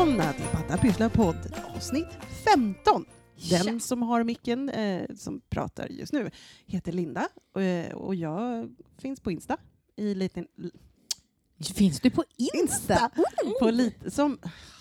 välkomna till Patta Pysslar podd avsnitt 15. Den som har micken som pratar just nu heter Linda och jag finns på Insta i liten... Finns du på Insta? På lite, som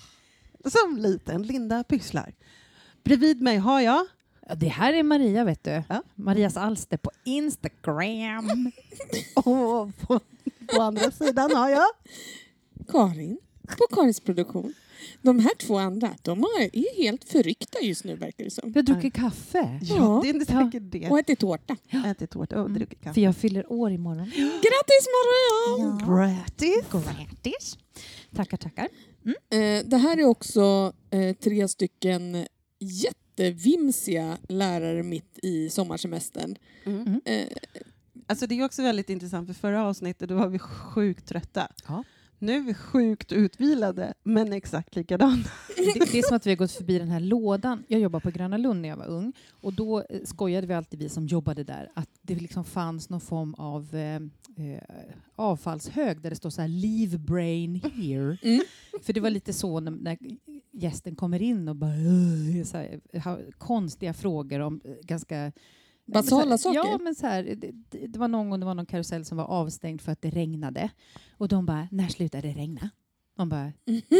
liten Linda Pysslar. Bredvid mig har jag... Ja, det här är Maria, vet du. Ja. Marias alster på Instagram. Och på andra sidan har jag... Karin på Karins produktion. De här två andra, de är helt förryckta just nu, verkar det som. Jag dricker kaffe. Ja, det är inte säkert det. Och ätit tårta. Ätit tårta och druckit kaffe. För jag fyller år imorgon. Grattis Maria! Grattis! Tackar. Det här är också 3 stycken jättevimsiga lärare mitt i sommarsemestern. Mm. Alltså det är också väldigt intressant, för förra avsnittet då var vi sjukt trötta. Ja. Nu är vi sjukt utvilade, men exakt likadana. Det är som att vi har gått förbi den här lådan. Jag jobbade på Gröna Lund när jag var ung. Och då skojade vi alltid, vi som jobbade där, att det liksom fanns någon form av avfallshög där det står så här leave brain here. Mm. För det var lite så när gästen kommer in och bara så här, har konstiga frågor om ganska... Basala saker? Ja, men så här, det var någon gång, det var någon karusell som var avstängd för att det regnade. Och de bara, när slutar det regna? De bara,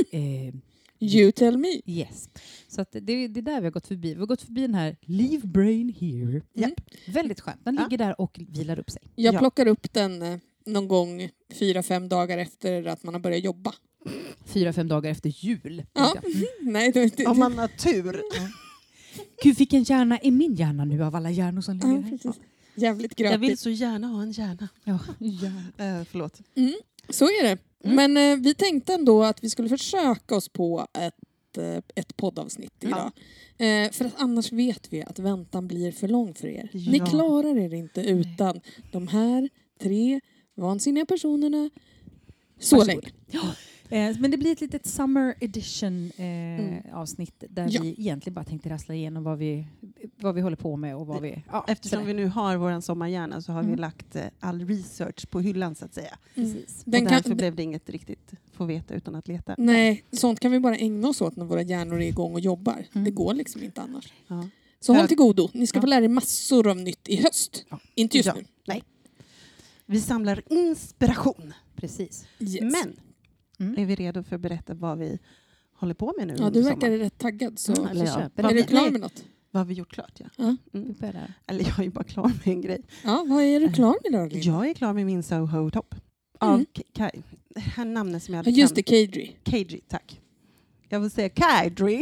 You tell me. yes. Så att det är där vi har gått förbi. Vi har gått förbi den här leave brain here. Japp. Väldigt skönt. Den ligger där och vilar upp sig. Jag plockar upp den någon gång 4-5 dagar efter att man har börjat jobba. 4-5 dagar efter jul. Ja. Nej, det Om man har tur. Gud, vilken hjärna är min hjärna nu av alla hjärnor som ligger här? precis. Jävligt Jag vill grötigt. så gärna ha en hjärna. Ja. Förlåt. Så är det. Men vi tänkte ändå att vi skulle försöka oss på ett poddavsnitt idag. För att annars vet vi att väntan blir för lång för er. Ja. Ni klarar er inte utan de här 3 vansinniga personerna så Varsågod. länge. Ja. Men det blir ett litet summer edition avsnitt där vi egentligen bara tänkte rassla igenom vad vi håller på med och vad vi... Ja, Eftersom vi nu har våran sommarhjärna så har vi lagt all research på hyllan så att säga. Precis. Och därför blev det inget riktigt få veta utan att leta. Nej, sånt kan vi bara ägna oss åt när våra hjärnor är igång och jobbar. Det går liksom inte annars. Ja. Så håll till godo. Ni ska få lära er massor av nytt i höst. Ja. Inte just Ja. nu. Nej. Vi samlar inspiration. Precis. Yes. Men är vi redo för att berätta vad vi håller på med nu? Ja, under du verkar sommaren? rätt taggad. Så. Eller ja. Vad Är du klar Nej, med något? vad har vi gjort klart? Ja. Ja. Vi börjar. Eller jag är ju bara klar med en grej. Ja, vad är du klar med då, Linda? Jag är klar med min Soho-topp. Av Kai. Det här namnet som jag Ja, just det, Kadri. Kadri, tack. Jag vill säga Kadri.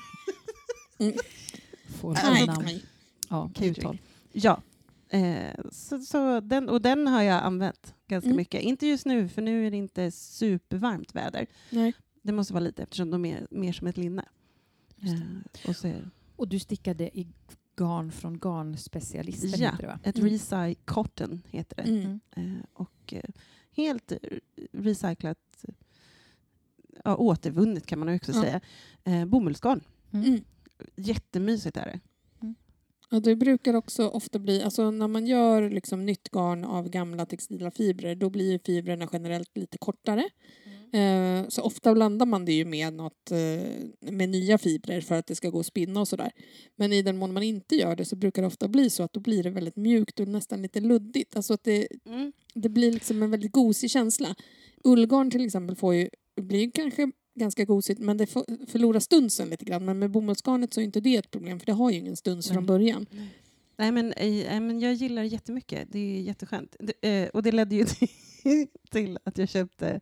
Får Nej, namn. nej. Ja, Kadri. uttal. Ja. Så den har jag använt ganska mycket. Inte just nu, för nu är det inte supervarmt väder. Nej. Det måste vara lite eftersom de är mer som ett linne. Och så är Och du stickade i garn från garnspecialisten, ja, heter det, va? ett Recycle Cotton heter det. Och helt recyclat, återvunnet kan man också säga. Bomullsgarn. Jättemysigt är det. Ja, det brukar också ofta bli, alltså när man gör liksom nytt garn av gamla textila fibrer, då blir fibrerna generellt lite kortare. Så ofta blandar man det ju med något, med nya fibrer för att det ska gå att spinna och sådär. Men i den mån man inte gör det så brukar det ofta bli så att då blir det väldigt mjukt och nästan lite luddigt. Alltså att det blir liksom en väldigt gosig känsla. Ullgarn till exempel blir kanske ganska gosigt, men det förlorar stunsen lite grann. Men med bomullsgarnet så är inte det ett problem, för det har ju ingen stuns från början. Nej, men jag gillar det jättemycket. Det är jätteskönt. Och det ledde ju till att jag köpte,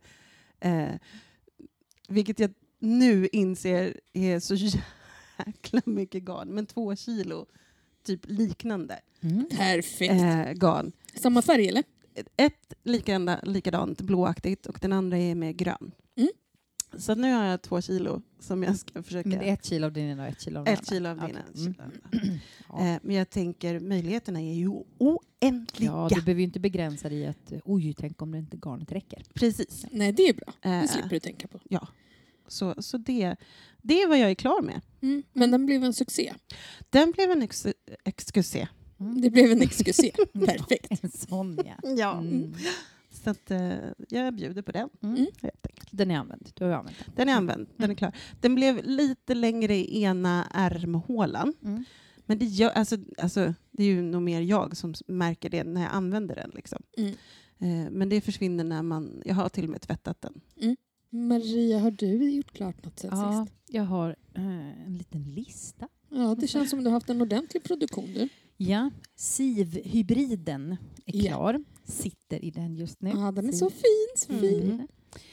vilket jag nu inser är så jäkla mycket garn, men 2 kilo typ liknande Perfekt. garn. Samma färg eller? Ett likadant blåaktigt och den andra är med grön. Så nu har jag 2 kilo som jag ska försöka... Men det är 1 kilo av din ena och 1 kilo av den andra. 1 kilo av din Okay. ena. Men jag tänker, möjligheterna är ju oändliga. Ja, du behöver ju inte begränsa dig i att tänk om det inte garnet räcker. Precis. Nej, det är bra. Det slipper du tänka på. Ja. Så det är vad jag är klar med. Men den blev en succé. Den blev en exkusé. Det blev en exkusé. Perfekt. En sån, ja. Ja. Så att, jag bjuder på den. Helt enkelt. Den är använd. Du har använt den. Den är använd. Den är klar. Den blev lite längre i ena ärmhålan. Men det är ju nog mer jag som märker det när jag använder den. Liksom. Men det försvinner när jag har till och med tvättat den. Maria, har du gjort klart något sen sist? Jag har en liten lista. Ja, det känns som du har haft en ordentlig produktion du. Ja, SIV-hybriden är klar. Sitter i den just nu. Ja, den är så fin.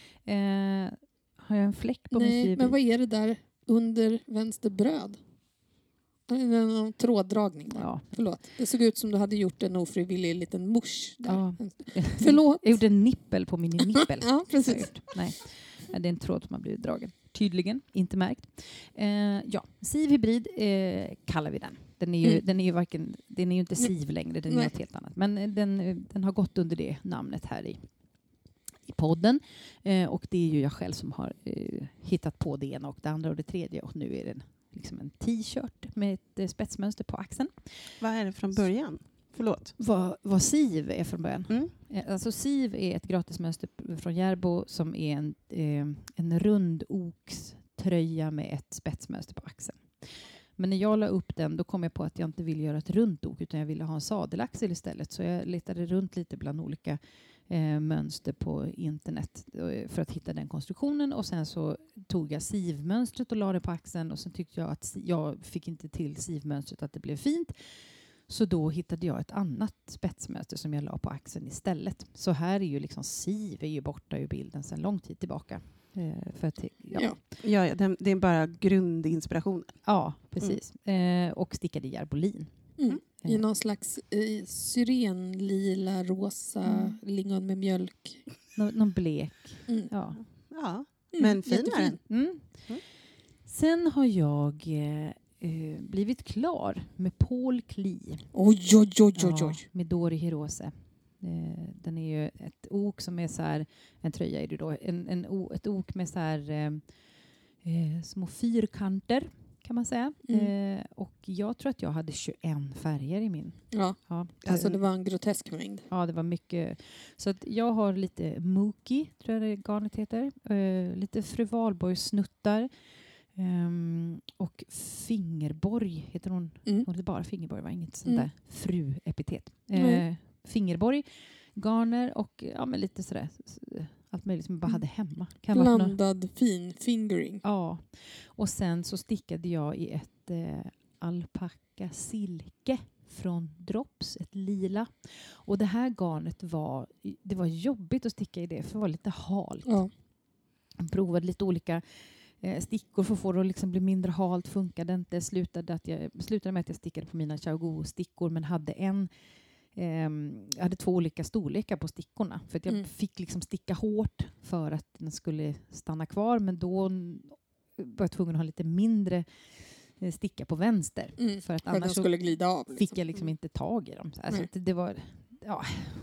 Har jag en fläck på min SIV? Men vad är det där under vänster bröd? En tråddragning där. Ja. Förlåt. Det såg ut som du hade gjort en ofrivillig liten musch där. Ja. Förlåt. Jag gjorde en nippel på min nippel. Ja, precis. Nej, det är en tråd som har blivit dragen. Tydligen, inte märkt. SIV hybrid kallar vi den. Den är ju inte SIV längre, den är något helt annat. Men den har gått under det namnet här i podden. Och det är ju jag själv som har hittat på det ena och det andra och det tredje. Och nu är det liksom en t-shirt med ett spetsmönster på axeln. Vad är det från början? Förlåt. Vad SIV är från början? Alltså SIV är ett gratismönster från Järbo som är en rund okströja med ett spetsmönster på axeln. Men när jag la upp den, då kom jag på att jag inte ville göra ett runt ok utan jag ville ha en sadelaxel istället. Så jag letade runt lite bland olika mönster på internet för att hitta den konstruktionen. Och sen så tog jag SIV-mönstret och la det på axeln. Och sen tyckte jag att jag fick inte till SIV-mönstret att det blev fint. Så då hittade jag ett annat spetsmönster som jag la på axeln istället. Så här är ju liksom SIV är ju borta ur bilden sedan lång tid tillbaka. För att, det är bara grundinspirationen. Ja, precis. Och stickade järbolin. I någon slags syrenlila, rosa, lingon med mjölk. Någon blek. Ja, men finare. Sen har jag blivit klar med Paul Klee. Oj. Med Dori Hirose. Den är ju ett ok som är så här, en tröja är det då, ett ok med så här små fyrkanter kan man säga. Och jag tror att jag hade 21 färger i min. Ja, alltså det var en grotesk mängd. Ja, det var mycket. Så att jag har lite Mookie, tror jag det garnet heter. Lite Fru Wahlborgs snuttar. Och Fingerborg heter hon. Hon heter bara Fingerborg, var inget sånt där fru-epitet. Fingerborg, garner och men lite sådär allt möjligt som jag bara hade hemma. Blandad fin fingering. Ja. Och sen så stickade jag i ett alpacka silke från Drops, ett lila. Och det här garnet det var jobbigt att sticka i det för det var lite halt. Ja. Jag provade lite olika stickor för att få det att liksom bli mindre halt, funkade inte. Slutade med att jag stickade på mina Xiaogu-stickor men hade jag hade 2 olika storlekar på stickorna. För att jag fick liksom sticka hårt för att den skulle stanna kvar. Men då var jag tvungen att ha lite mindre sticka på vänster. För att annars skulle glida av. Liksom. Fick jag liksom inte tag i dem. Alltså det var... Ja.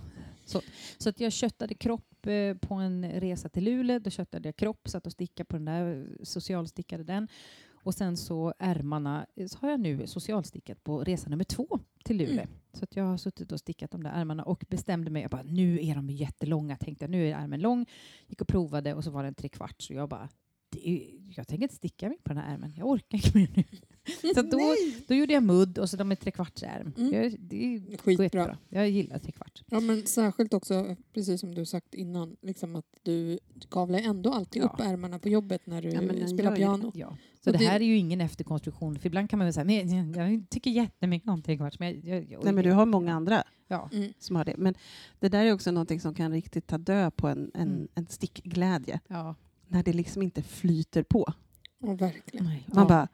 Så att jag köttade kropp på en resa till Luleå. Då köttade jag kropp, satt och stickade på den där, socialstickade den. Och sen så ärmarna så har jag nu socialstickat på resa nummer 2 till Luleå. Så att jag har suttit och stickat de där ärmarna och bestämde mig. Jag bara, nu är de jättelånga, tänkte jag. Nu är ärmen lång. Gick och provade och så var den 3/4. Så jag bara, jag tänker inte sticka mig på den här ärmen. Jag orkar inte mer nu. Så då gjorde jag mudd och så de är 3/4 ärm. Det är skitbra. Jag gillar 3/4. Ja, men särskilt också, precis som du sagt innan, liksom att du kavlar ändå alltid upp ärmarna på jobbet när du spelar piano. Ja. Så det här är ju ingen efterkonstruktion. För ibland kan man väl säga, men jag tycker jättemycket om 3/4. Nej, men du har många andra som har det. Men det där är också någonting som kan riktigt ta död på en stickglädje. Ja. När det liksom inte flyter på. Ja, verkligen. Man bara...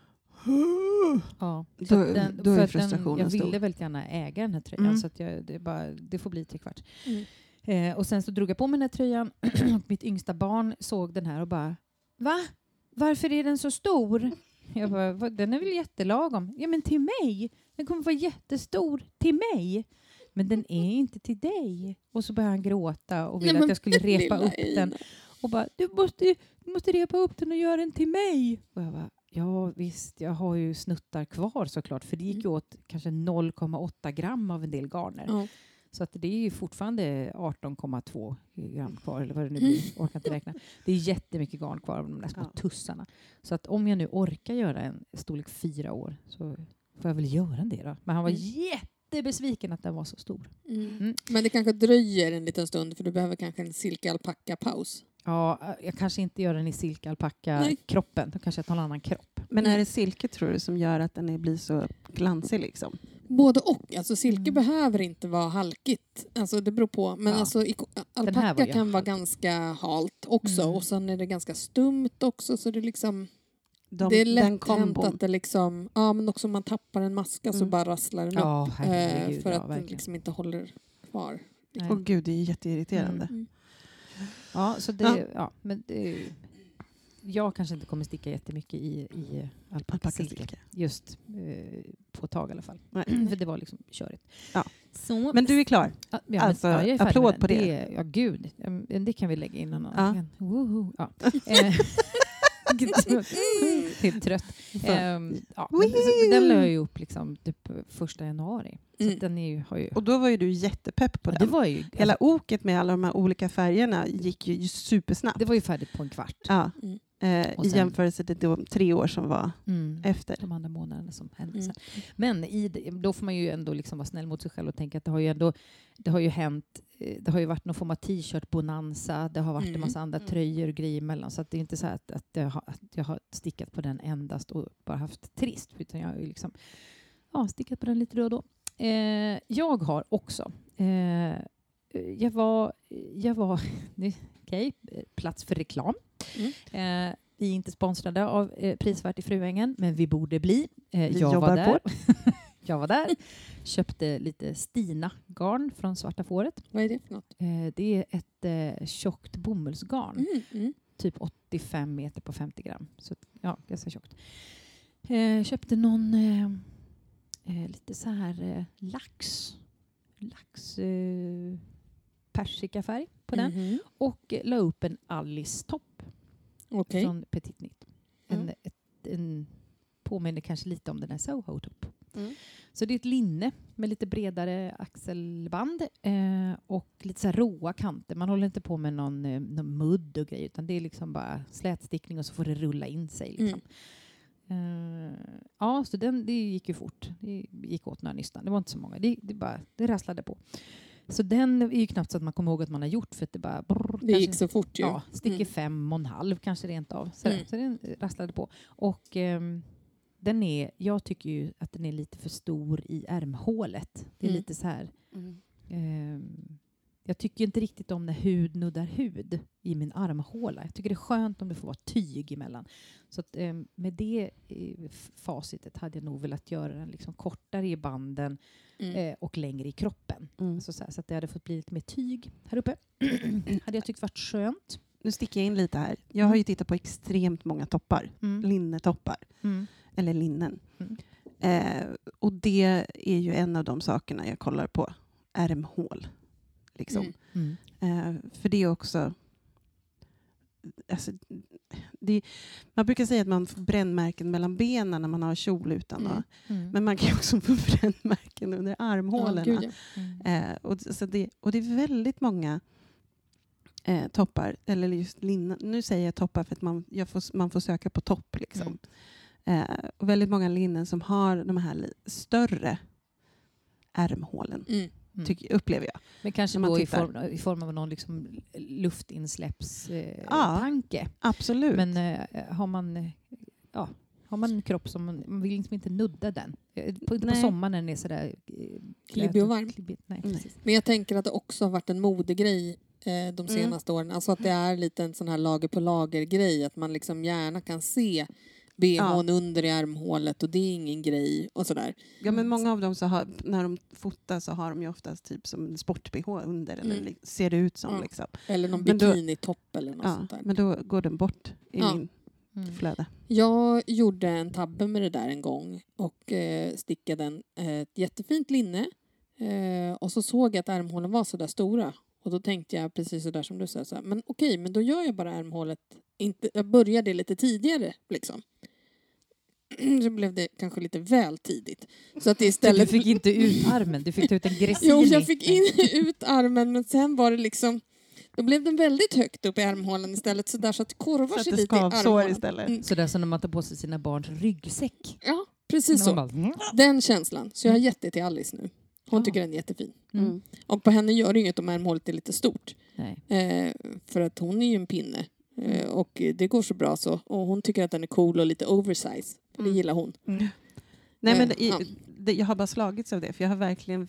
Ja, då är frustrationen jag ville stor. väldigt gärna äga den här tröjan så att det får bli 3/4. Och sen så drog jag på mig den här tröjan och mitt yngsta barn såg den här och bara, va? Varför är den så stor? Jag bara, den är väl jättelagom? Ja, men till mig. Den kommer vara jättestor till mig. Men den är inte till dig. Och så började han gråta och ville att jag skulle repa upp den. Och bara, du måste repa upp den och göra den till mig. Och jag bara, ja visst, jag har ju snuttar kvar såklart. För det gick ju åt kanske 0,8 gram av en del garner. Så att det är ju fortfarande 18,2 gram kvar, eller vad det nu blir, orkar inte räkna. Det är jättemycket garn kvar av de där små tussarna. Så att om jag nu orkar göra en storlek 4 år så får jag väl göra det då. Men han var jättebesviken att den var så stor. Men det kanske dröjer en liten stund för du behöver kanske en silke-alpacka-paus. Ja, jag kanske inte gör den i silke-alpacka-kroppen. Då kanske jag tar en annan kropp. Men är det silke tror du som gör att den blir så glansig liksom? Både och. Alltså silke behöver inte vara halkigt. Alltså det beror på. Men alltså alpacka kan vara ganska halt också. Och sen är det ganska stumt också. Så det är liksom... det är lätt hänt att det liksom... Ja, men också om man tappar en maska så bara rasslar den upp. Herregud, för att den liksom inte håller kvar. Åh gud, det är jätteirriterande. Ja, så det... Ja, men det, jag kanske inte kommer sticka jättemycket i alpacka-silke. Just på ett tag i alla fall. För det var liksom körigt. Ja. Så, men du är klar? Ja, alltså, applåd på det. Ja, gud. Det kan vi lägga in någon annan. Ja. Till trött. Den la jag ju upp liksom typ 1 januari. Så den är ju, har ju... Och då var ju du jättepepp på den. Det var ju, hela oket med alla de här olika färgerna gick ju supersnabbt. Det var ju färdigt på en kvart. Ja. I jämförelse till de 3 år som var efter. De andra månaderna som hände sen. Men då får man ju ändå liksom vara snäll mot sig själv och tänka att det har ju hänt, det har ju varit någon form av t-shirt-bonanza, det har varit en massa andra tröjor och grejer emellan, så att det är inte så här att jag har stickat på den endast och bara haft trist, utan jag har ju liksom stickat på den lite då och då. Jag har också jag var plats för reklam. Vi är inte sponsrade av Prisvärt i Fruängen, men vi borde bli. Jag var där. Köpte lite Stina-garn från Svarta Fåret. Vad är det för något? Det är ett tjockt bomullsgarn. Typ 85 meter på 50 gram. Så ganska tjockt. Köpte någon lite så här lax persikafärg på den. Och la upp en Alice-topp. Från Petit Nit. En påminner kanske lite om den här Soho-topp. Så det är ett linne med lite bredare axelband och lite så här råa kanter. Man håller inte på med någon mudd och grejer, utan det är liksom bara slätstickning och så får det rulla in sig. Liksom. Så det gick ju fort. Det gick åt några nystan. Det var inte så många. Det rasslade på. Så den är ju knappt så att man kommer ihåg att man har gjort, för att det bara... det gick så fort ju. Ja, sticker 5,5 kanske rent av. Så den rasslade på. Och jag tycker ju att den är lite för stor i ärmhålet. Det är lite så här... jag tycker inte riktigt om när hud nuddar hud i min armhåla. Jag tycker det är skönt om det får vara tyg emellan. Så att, med det facitet hade jag nog velat göra den liksom kortare i banden och längre i kroppen. Så att det hade fått bli lite mer tyg här uppe. Hade jag tyckt varit skönt. Nu sticker jag in lite här. Jag har ju tittat på extremt många toppar. Linnetoppar. Eller linnen. Och det är ju en av de sakerna jag kollar på. Ärmhål. Liksom. För det är också... Alltså, man brukar säga att man får brännmärken mellan benen när man har kjol utan. Men man kan också få brännmärken under armhålorna. Och det är väldigt många toppar, eller just linnen. Nu säger jag toppar för att man får söka på topp. Liksom. Och väldigt många linnen som har de här större ärmhålen. Upplever jag. Men kanske då i form av någon liksom luftinsläppstanke. Absolut. Men har man en kropp som man vill liksom inte nudda den. På sommaren när den är sådär klibbig och varm. Nej. Men jag tänker att det också har varit en modegrej de senaste åren. Alltså att det är lite en sån här lager på lager-grej. Att man liksom gärna kan se BH:n under i armhålet och det är ingen grej och sådär. Ja, men många av dem när de fotar så har de ju oftast typ som en sport-BH under eller ser det ut som liksom. Eller någon bikini-topp eller något sånt där. Men då går den bort i min flöde. Jag gjorde en tabbe med det där en gång och stickade ett jättefint linne och så såg jag att armhålen var så där stora. Och då tänkte jag precis så där som du sa. Men men då gör jag bara ärmhålet. Jag började lite tidigare liksom. så blev det kanske lite väl tidigt. Så att det istället... Du fick inte ut armen, du fick ta ut en gressini. Jo, jag fick ut armen, men sen var det liksom... Då blev den väldigt högt upp i armhålan istället, så där så att det korvar sig lite i armhålan. Istället. Så där som när man tar på sig sina barns ryggsäck. Ja, precis så. Bara, Den känslan. Så jag har gett det till Alice nu. Hon tycker den är jättefin. Och på henne gör det inget om armhålet är lite stort. Nej. För att hon är ju en pinne. Och det går så bra så. Och hon tycker att den är cool och lite oversize. Det gillar hon. Nej, men jag har bara slagits av det. För jag har verkligen...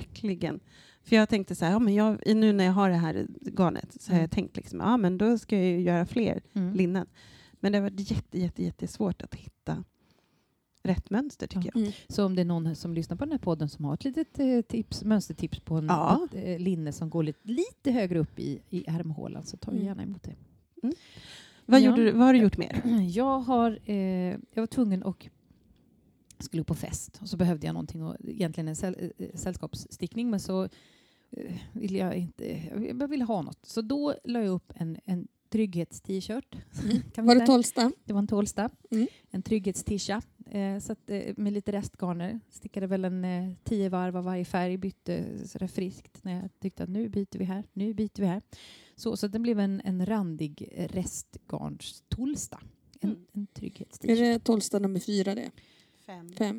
För jag tänkte så här, men nu när jag har det här garnet så har jag tänkt liksom, men då ska jag ju göra fler linnen. Men det har varit jättesvårt att hitta rätt mönster tycker jag. Så om det är någon som lyssnar på den här podden som har ett litet mönstertips på ett linne som går lite högre upp i armhålan, så tar jag gärna emot det. Vad har du gjort mer? Jag var tvungen och skulle på fest och så behövde jag någonting, egentligen en sällskapsstickning, men så ville jag ville ha något. Så då la jag upp en trygghetst-t-shirt. Var det Tolsta? Det var en Tolsta. En trygghetstisha. Så att, med lite restgarner. Stickade väl 10 varv av varje färg. Bytte sådär friskt när jag tyckte att nu byter vi här. Så det blev en randig restgarns Tolsta. En trygghetst-t-shirt. Är det Tolsta nummer 4 det? 5.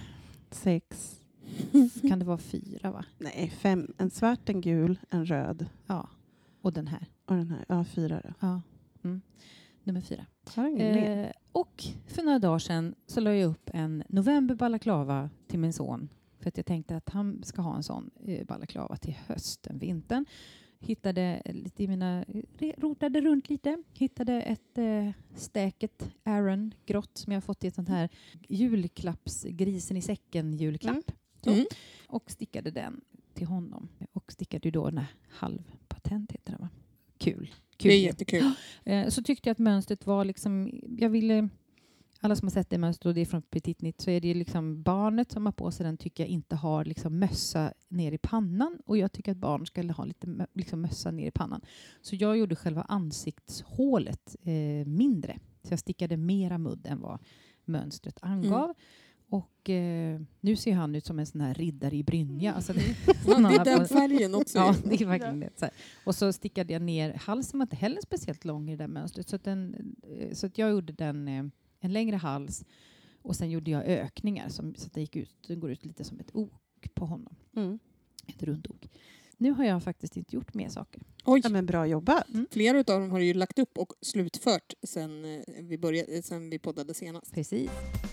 6. Kan det vara 4 va? Nej, 5. En svart, en gul, en röd. Ja. Och den här. Och den här. Ja, 4 då. Ja. Nummer 4. Och för några dagar sedan så la jag upp en november balaklava till min son. För att jag tänkte att han ska ha en sån balaklava till hösten, vintern. Hittade lite rotade runt lite. Hittade ett stäket Aran grått som jag har fått i ett sånt här grisen i säcken julklapp. Och stickade den till honom. Och stickade ju då den här halvpatent heter det va? Kul. Det är jättekul. Så tyckte jag att mönstret var liksom, jag ville, alla som har sett det mönstret och det är från Petit Knit, så är det liksom barnet som har på sig den tycker jag inte har liksom mössa ner i pannan, och jag tycker att barn ska ha lite liksom mössa ner i pannan. Så jag gjorde själva ansiktshålet mindre. Så jag stickade mera mudd än vad mönstret angav. Och nu ser han ut som en sån här riddare i brynja. Alltså, det är den färgen också. Ja, det är verkligen det. Så här. Och så stickade jag ner halsen, var inte heller speciellt lång i det där mönstret. Så att jag gjorde den en längre hals. Och sen gjorde jag ökningar så att det går ut lite som ett ok på honom. Ett rundok. Nu har jag faktiskt inte gjort mer saker. Oj. Ja, men bra jobbat. Flera av dem har ju lagt upp och slutfört sen vi poddade senast. Precis.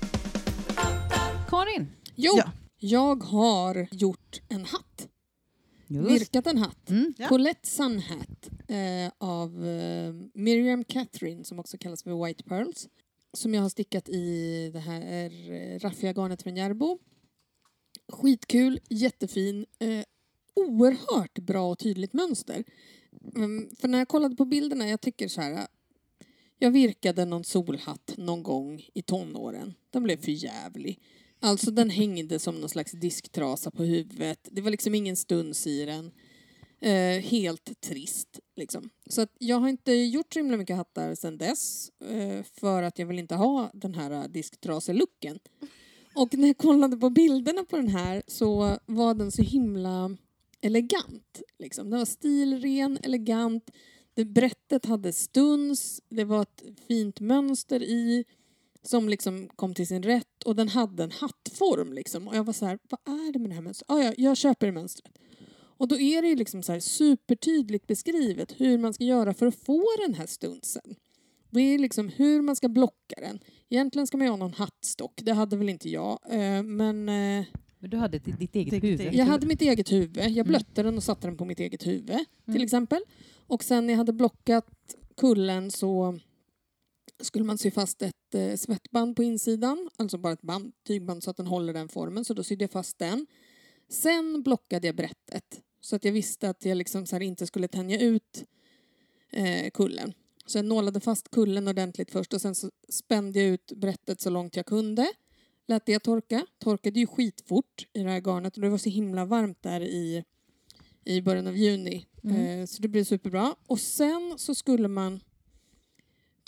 Karin? Jo, jag har gjort en hatt. Virkat en hatt. Colette Sun Hat av Miriam Catherine, som också kallas för White Pearls. Som jag har stickat i det här raffiagarnet från Järbo. Skitkul, jättefin. Oerhört bra och tydligt mönster. För när jag kollade på bilderna, jag tycker så här. Jag virkade någon solhatt någon gång i tonåren. Den blev för jävlig. Alltså den hängde som någon slags disktrasa på huvudet. Det var liksom ingen stuns i den. Helt trist liksom. Så att jag har inte gjort så himla mycket hattar sedan dess. För att jag vill inte ha den här disktraselooken. Och när jag kollade på bilderna på den här så var den så himla elegant. Liksom. Den var stilren, elegant. Brättet hade stuns. Det var ett fint mönster i. Som liksom kom till sin rätt. Och den hade en hattform liksom. Och jag var så här, vad är det med det här mönstret? Jag köper mönstret. Och då är det ju liksom så här supertydligt beskrivet hur man ska göra för att få den här stunsen. Det är liksom hur man ska blocka den. Egentligen ska man ha någon hattstock. Det hade väl inte jag. Men du hade ditt eget huvud. Jag hade mitt eget huvud. Jag blötte den och satte den på mitt eget huvud. Till exempel. Och sen när jag hade blockat kullen så skulle man sy fast ett svettband på insidan. Alltså bara ett tygband så att den håller den formen. Så då sydde jag fast den. Sen blockade jag brättet. Så att jag visste att jag liksom så här inte skulle tänja ut kullen. Så jag nålade fast kullen ordentligt först. Och sen så spände jag ut brättet så långt jag kunde. Lät det torka. Torkade ju skitfort i det här garnet. Och det var så himla varmt där i början av juni. Så det blev superbra. Och sen så skulle man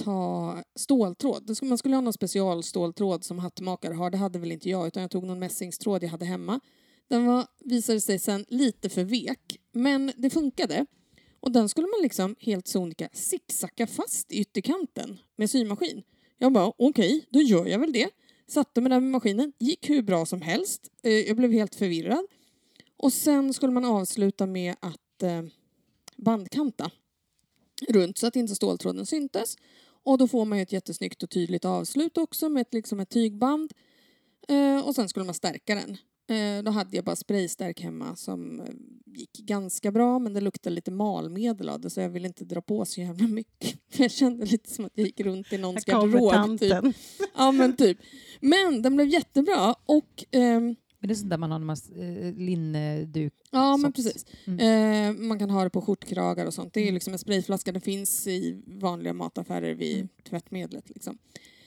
ha ståltråd. Man skulle ha någon specialståltråd som hattmakare har. Det hade väl inte jag, utan jag tog någon mässingstråd jag hade hemma. Den visade sig sen lite för vek, men det funkade. Och den skulle man liksom helt sonika zigzacka fast i ytterkanten med symaskin. Jag bara, okej, då gör jag väl det. Satte mig där med maskinen, gick hur bra som helst. Jag blev helt förvirrad. Och sen skulle man avsluta med att bandkanta runt så att inte ståltråden syntes. Och då får man ju ett jättesnyggt och tydligt avslut också med ett tygband. Och sen skulle man stärka den. Då hade jag bara spraystärk hemma som gick ganska bra, men det luktade lite malmedel av det, så jag ville inte dra på så jävla mycket. Jag kände lite som att jag gick runt i någons garderob. Typ. Ja, men typ. Men den blev jättebra och... Men det är sånt där man har en massa linneduk. Ja, men precis. Man kan ha det på skjortkragar och sånt. Det är liksom en sprayflaska. Det finns i vanliga mataffärer vid tvättmedlet. Liksom.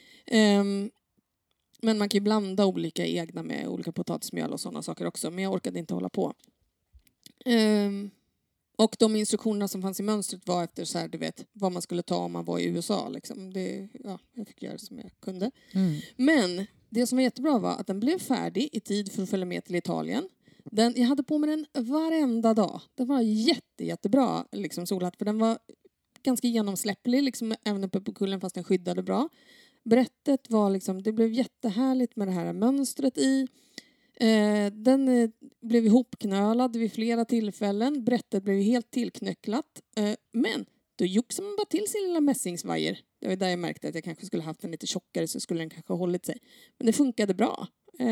Men man kan ju blanda olika egna med olika potatismjöl och sådana saker också. Men jag orkade inte hålla på. Och de instruktionerna som fanns i mönstret var efter så här, du vet, vad man skulle ta om man var i USA. Liksom. Jag fick göra som jag kunde. Men det som var jättebra var att den blev färdig i tid för att följa med till Italien. Jag hade på mig den varenda dag. Det var jättebra liksom, solhatt. För den var ganska genomsläpplig, liksom, även uppe på kullen, fast den skyddade bra. Brättet var liksom, det blev jättehärligt med det här mönstret i. Den blev ihopknölad vid flera tillfällen. Brättet blev helt tillknöcklat. Men då joxade man bara till sin lilla mässingsvajer. Det var där jag märkte att jag kanske skulle haft den lite tjockare, så skulle den kanske ha hållit sig. Men det funkade bra.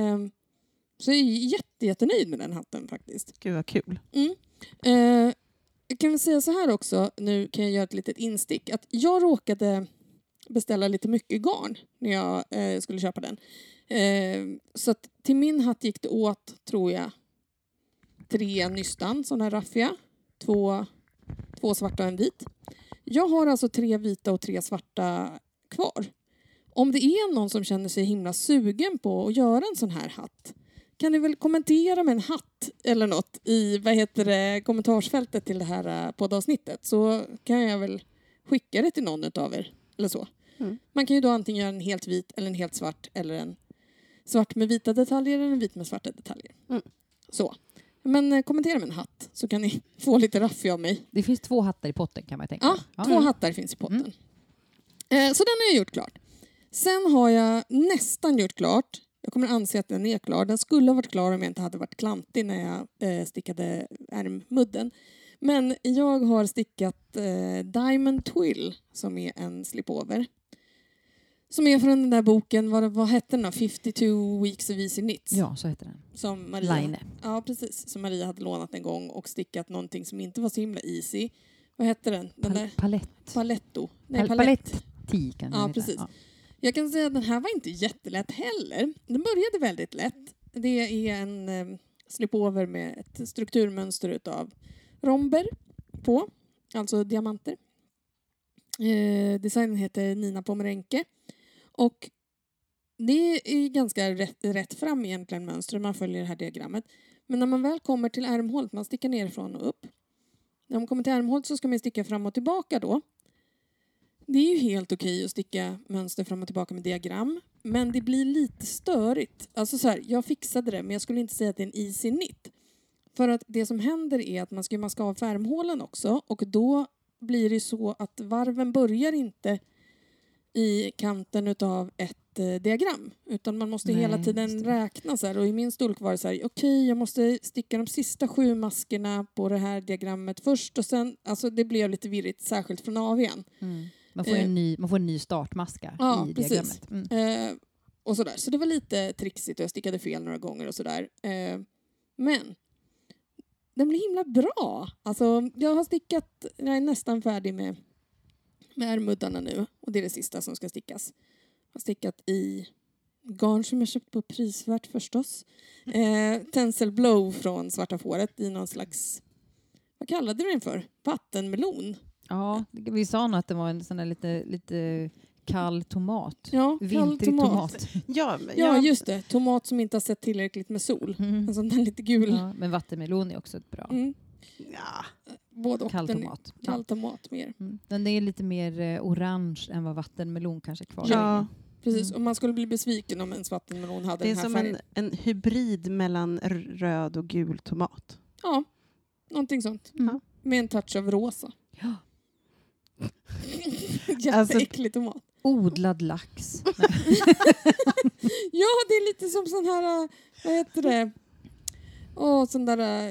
Så jag är jättenöjd med den hatten faktiskt. Gud vad kul. Jag kan väl säga så här också, nu kan jag göra ett litet instick. Att jag råkade beställa lite mycket garn när jag skulle köpa den. Så att till min hatt gick det åt, tror jag, 3 nystan, sådana här raffia. 2 svarta och en vit. Jag har alltså 3 vita och 3 svarta kvar. Om det är någon som känner sig himla sugen på att göra en sån här hatt, kan ni väl kommentera med en hatt eller något i kommentarsfältet till det här poddavsnittet, så kan jag väl skicka det till någon av er eller så. Man kan ju då antingen göra en helt vit eller en helt svart, eller en svart med vita detaljer eller en vit med svarta detaljer. Så. Men kommentera med en hatt så kan ni få lite raffia av mig. Det finns 2 hattar i potten, kan man tänka. Ja, 2 hattar finns i potten. Så den har jag gjort klart. Sen har jag nästan gjort klart. Jag kommer anse att den är klar. Den skulle ha varit klar om jag inte hade varit klantig när jag stickade ärmmudden. Men jag har stickat Diamond Twill, som är en slipover. Som är från den där boken, vad hette den då? 52 Weeks of Easy Knits. Ja, så heter den. Som Maria, Line. Ja, precis. Som Maria hade lånat en gång och stickat någonting som inte var så himla easy. Vad hette den? Paletto. Nej, Paletti kan ja, precis. Ja. Jag kan säga att den här var inte jättelätt heller. Den började väldigt lätt. Det är en slipover med ett strukturmönster utav romber på. Alltså diamanter. Designen heter Nina Pomerenke. Och det är ganska rätt fram egentligen mönster. Man följer det här diagrammet. Men när man väl kommer till ärmhålet, man stickar nerifrån och upp. När man kommer till ärmhålet så ska man sticka fram och tillbaka då. Det är ju helt okej att sticka mönster fram och tillbaka med diagram. Men det blir lite störigt. Alltså så här, jag fixade det, men jag skulle inte säga att det är en easy knit. För att det som händer är att man ska maska av ärmhålen också. Och då blir det så att varven börjar inte i kanten utav ett diagram. Utan man måste hela tiden räkna så här. Och i min storlek var det så här, okej, jag måste sticka de sista 7 maskerna på det här diagrammet först. Och sen, alltså det blev lite virrigt, särskilt från AW:n. Man får en ny startmaska i diagrammet. Och sådär. Så det var lite trixigt och jag stickade fel några gånger och sådär. Men den blir himla bra. Alltså, jag är nästan färdig med ärmuddarna nu. Och det är det sista som ska stickas. Jag har stickat i garn som jag köpt på prisvärt förstås. Tencel Blow från Svarta fåret i någon slags, vad kallade du den för? Vattenmelon. Ja, vi sa nog att det var en sån där lite kall tomat. Ja, vintrig tomat. Ja, just det. Tomat som inte har sett tillräckligt med sol. En sån där lite gul. Ja, men vattenmelon är också ett bra. Ja. både och. Kall tomat. Kall tomat mer. Den är lite mer orange än vad vattenmelon kanske är kvar. Ja, precis. Och man skulle bli besviken om ens vattenmelon hade den här färgen. Det är som en hybrid mellan röd och gul tomat. Ja, någonting sånt. Med en touch av rosa. Ja. Jätteäcklig tomat. Odlad lax. Ja, det är lite som sån här, vad heter det? Sån där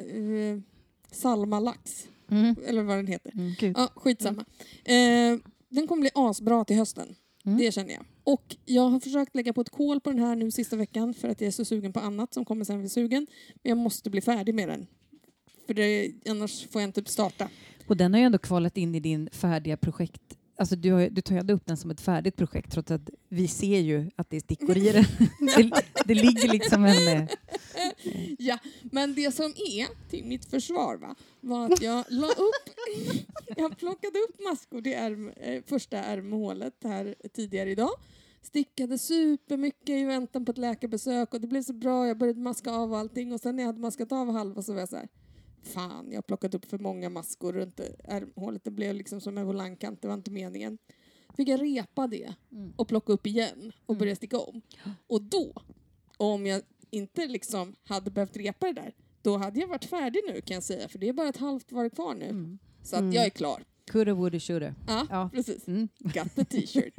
salmalax. Eller vad den heter. Ja, skitsamma. Den kommer bli asbra till hösten. Det känner jag. Och jag har försökt lägga på ett kol på den här nu sista veckan för att jag är så sugen på annat som kommer sen vid sugen. Men jag måste bli färdig med den. För annars får jag inte starta. Och den har ju ändå kvalat in i din färdiga projekt. Alltså du tar ju upp den som ett färdigt projekt trots att vi ser ju att det är stickor i den. det ligger liksom en... Ja, men det som är till mitt försvar var att jag la upp... jag plockade upp maskor det första ärmhålet här tidigare idag. Stickade supermycket i väntan på ett läkarbesök och det blev så bra. Jag började maska av allting och sen när jag hade maskat av halva så var jag så här... Fan, jag har plockat upp för många maskor runt ärmhålet. Det blev liksom som en volangkant, det var inte meningen. Fick jag repa det och plocka upp igen och börja sticka om. Och då, om jag inte liksom hade behövt repa det där, då hade jag varit färdig nu kan jag säga. För det är bara ett halvt var kvar nu. Så att jag är klar. Coulda, woulda, shoulda. Ja, precis. Got the t-shirt.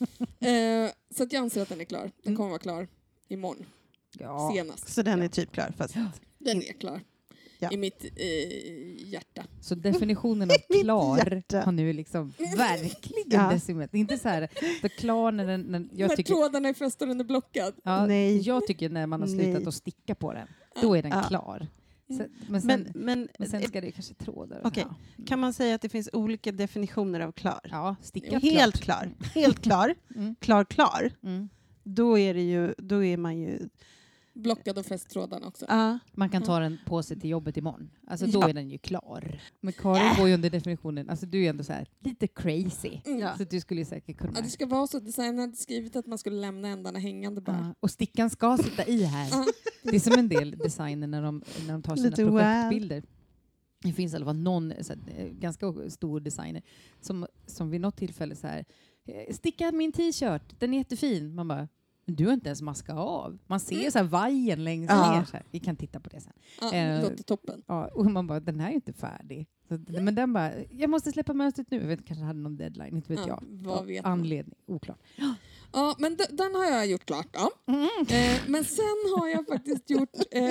Så att jag anser att den är klar. Den kommer vara klar imorgon. Ja. Senast. Så den är typ klar? Fast... Den är klar. Ja. I mitt hjärta. Så definitionen av klar har nu liksom verkligen decimerat. Det är inte så här, så klar när trådarna är fästade under blockad. Ja, nej. Jag tycker när man har slutat att sticka på den, då är den klar. Så, men sen ska det kanske trådar. Okay. Kan man säga att det finns olika definitioner av klar? Ja, stickat helt klar. Helt klar. Klar. Då är man ju blockad och fästtrådarna också. Man kan ta den på sig till jobbet imorgon. Alltså då är den ju klar. Men Karin går ju under definitionen. Alltså du är ändå så här lite crazy. Så du skulle säkert kunna. Ja, det ska vara så. Designern hade skrivit att man skulle lämna ändarna hängande bara. Och stickan ska sitta i här. Det är som en del designer när de tar sina projektbilder. Det finns i alla fall någon så här, ganska stor designer som vid något tillfälle så här sticka min t-shirt. Den är jättefin. Man bara, du har inte ens maskat av. Man ser så här vajen längst ner. Så här. Vi kan titta på det sen. Det låter toppen. Ja, och man bara, den här är inte färdig. Så, men den bara, jag måste släppa mönstret nu. Jag vet, kanske hade någon deadline, inte vet jag. Vad vet anledning, oklart. Ja, men den har jag gjort klart. Ja. Men sen har jag faktiskt gjort...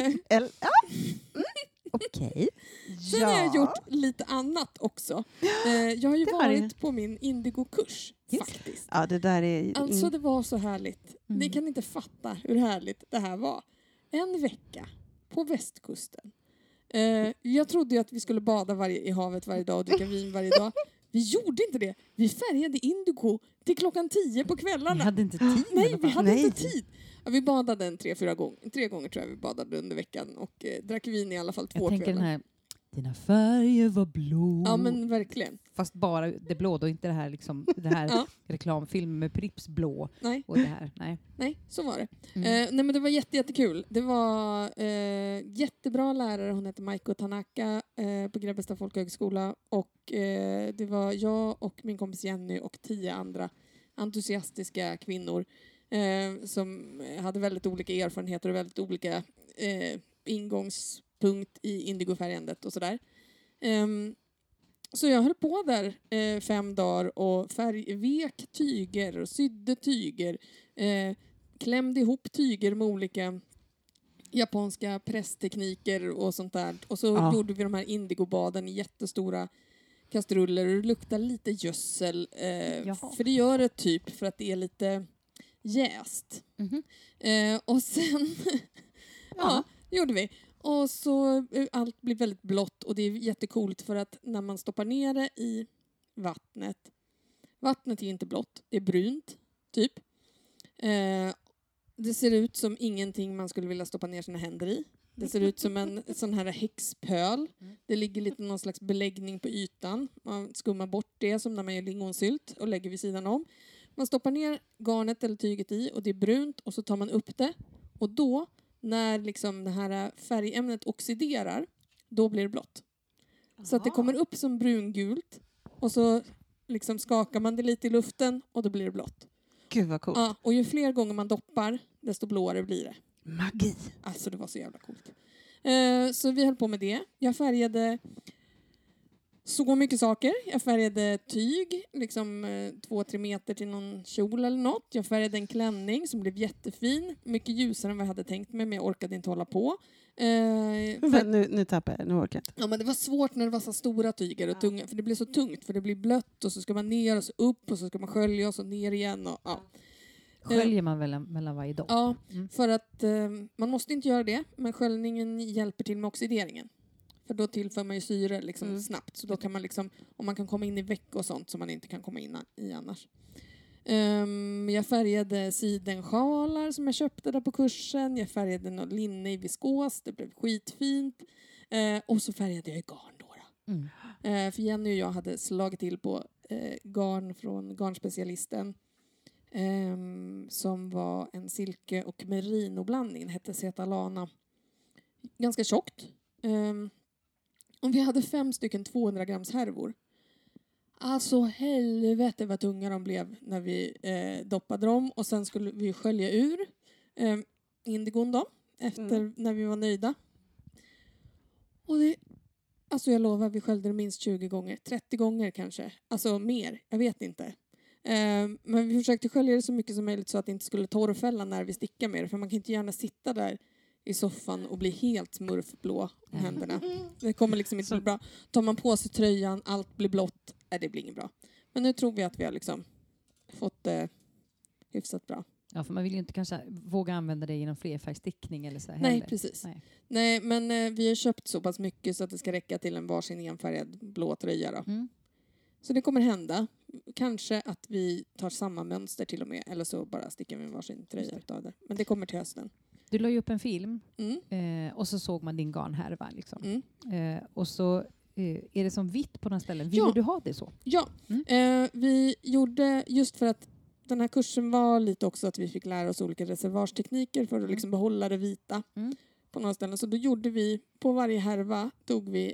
Okej. Sen har jag gjort lite annat också. Jag har ju varit på min Indigo-kurs. Faktiskt. Ja, det där är... Alltså det var så härligt. Ni kan inte fatta hur härligt det här var. En vecka på västkusten. Jag trodde ju att vi skulle bada i havet varje dag och dricka vin varje dag. Vi gjorde inte det. Vi färgade Indigo till 10:00 på kvällarna. Vi hade inte tid. Nej, vi hade inte tid. Ja, vi badade 3 gånger. 3 gånger tror jag vi badade under veckan och drack vin i alla fall 2 kvällar. Den här, dina färger var blå. Ja, men verkligen. Fast bara det blå, då inte det här, liksom, det här reklamfilm med Pripps blå. Nej. Och det här, nej, så var det. Nej, men det var jättekul. Det var jättebra lärare. Hon heter Maiko Tanaka på Grebbestad folkhögskola. Och det var jag och min kompis Jenny och 10 andra entusiastiska kvinnor som hade väldigt olika erfarenheter och väldigt olika ingångspunkt i indigofärgandet och sådär. Så jag höll på där 5 dagar och vek tyger och sydde tyger. Klämde ihop tyger med olika japanska presstekniker och sånt där. Och så gjorde vi de här indigobaden i jättestora kastruller och det luktar lite gödsel. För det gör det typ för att det är lite jäst. Och sen gjorde vi. Och så allt blir väldigt blått och det är jättekult för att när man stoppar ner det i vattnet är inte blått, det är brunt typ. Det ser ut som ingenting man skulle vilja stoppa ner sina händer i. Det ser ut som en sån här häxpöl. Det ligger lite någon slags beläggning på ytan. Man skummar bort det som när man gör lingonsylt och lägger vid sidan om. Man stoppar ner garnet eller tyget i och det är brunt och så tar man upp det. Och då, när liksom det här färgämnet oxiderar, då blir det blått. Så att det kommer upp som brungult. Och så liksom skakar man det lite i luften och då blir det blått. Gud vad coolt. Ja, och ju fler gånger man doppar, desto blåare blir det. Magi. Alltså det var så jävla coolt. Så vi höll på med det. Jag färgade så mycket saker. Jag färgade tyg, liksom 2-3 meter till någon kjol eller något. Jag färgade en klänning som blev jättefin. Mycket ljusare än vad jag hade tänkt mig, men jag orkade inte hålla på. Nu tappar jag, nu orkar jag inte. Ja, men det var svårt när det var så stora tyger och tunga, för det blir så tungt, för det blir blött och så ska man ner och så upp och så ska man skölja och så ner igen. Och, ja. Sköljer man väl mellan varje dopp? Ja, för att man måste inte göra det, men sköljningen hjälper till med oxideringen. För då tillför man ju syre liksom snabbt, så då kan man liksom, om man kan komma in i veck och sånt som man inte kan komma in i annars. Jag färgade sidensjalar som jag köpte där på kursen. Jag färgade något linne i viskos, det blev skitfint. Och så färgade jag i garn då. För Jenny och jag hade slagit till på garn från garnspecialisten. Som var en silke- och merino-blandning. Den hette Zetalana. Ganska tjockt. Och vi hade 5 stycken 200 grams härvor. Alltså helvete vad tunga de blev när vi doppade dem. Och sen skulle vi skölja ur indigon då. Efter när vi var nöjda. Och det, alltså jag lovar, vi sköljde det minst 20 gånger. 30 gånger kanske. Alltså mer, jag vet inte. Men vi försökte skölja det så mycket som möjligt så att det inte skulle torrfälla när vi stickar med det. För man kan inte gärna sitta där i soffan och bli helt smurfblå på händerna. Det kommer liksom inte bli bra. Tar man på sig tröjan, allt blir blått. Det blir inget bra. Men nu tror vi att vi har liksom fått det hyfsat bra. Ja, för man vill ju inte kanske våga använda det genom flerfärgstickning eller så här. Nej, precis. Nej, men vi har köpt så pass mycket så att det ska räcka till en varsin enfärgad blå tröja då. Så det kommer hända. Kanske att vi tar samma mönster till och med. Eller så bara stickar vi en varsin tröja utav det. Men det kommer till hösten. Du la ju upp en film och så såg man din garnhärva. Liksom. Och så är det som vitt på några ställen. Ville du ha det så? Ja, vi gjorde just för att den här kursen var lite också att vi fick lära oss olika reservarstekniker för att liksom behålla det vita på några ställen. Så då gjorde vi, på varje härva tog vi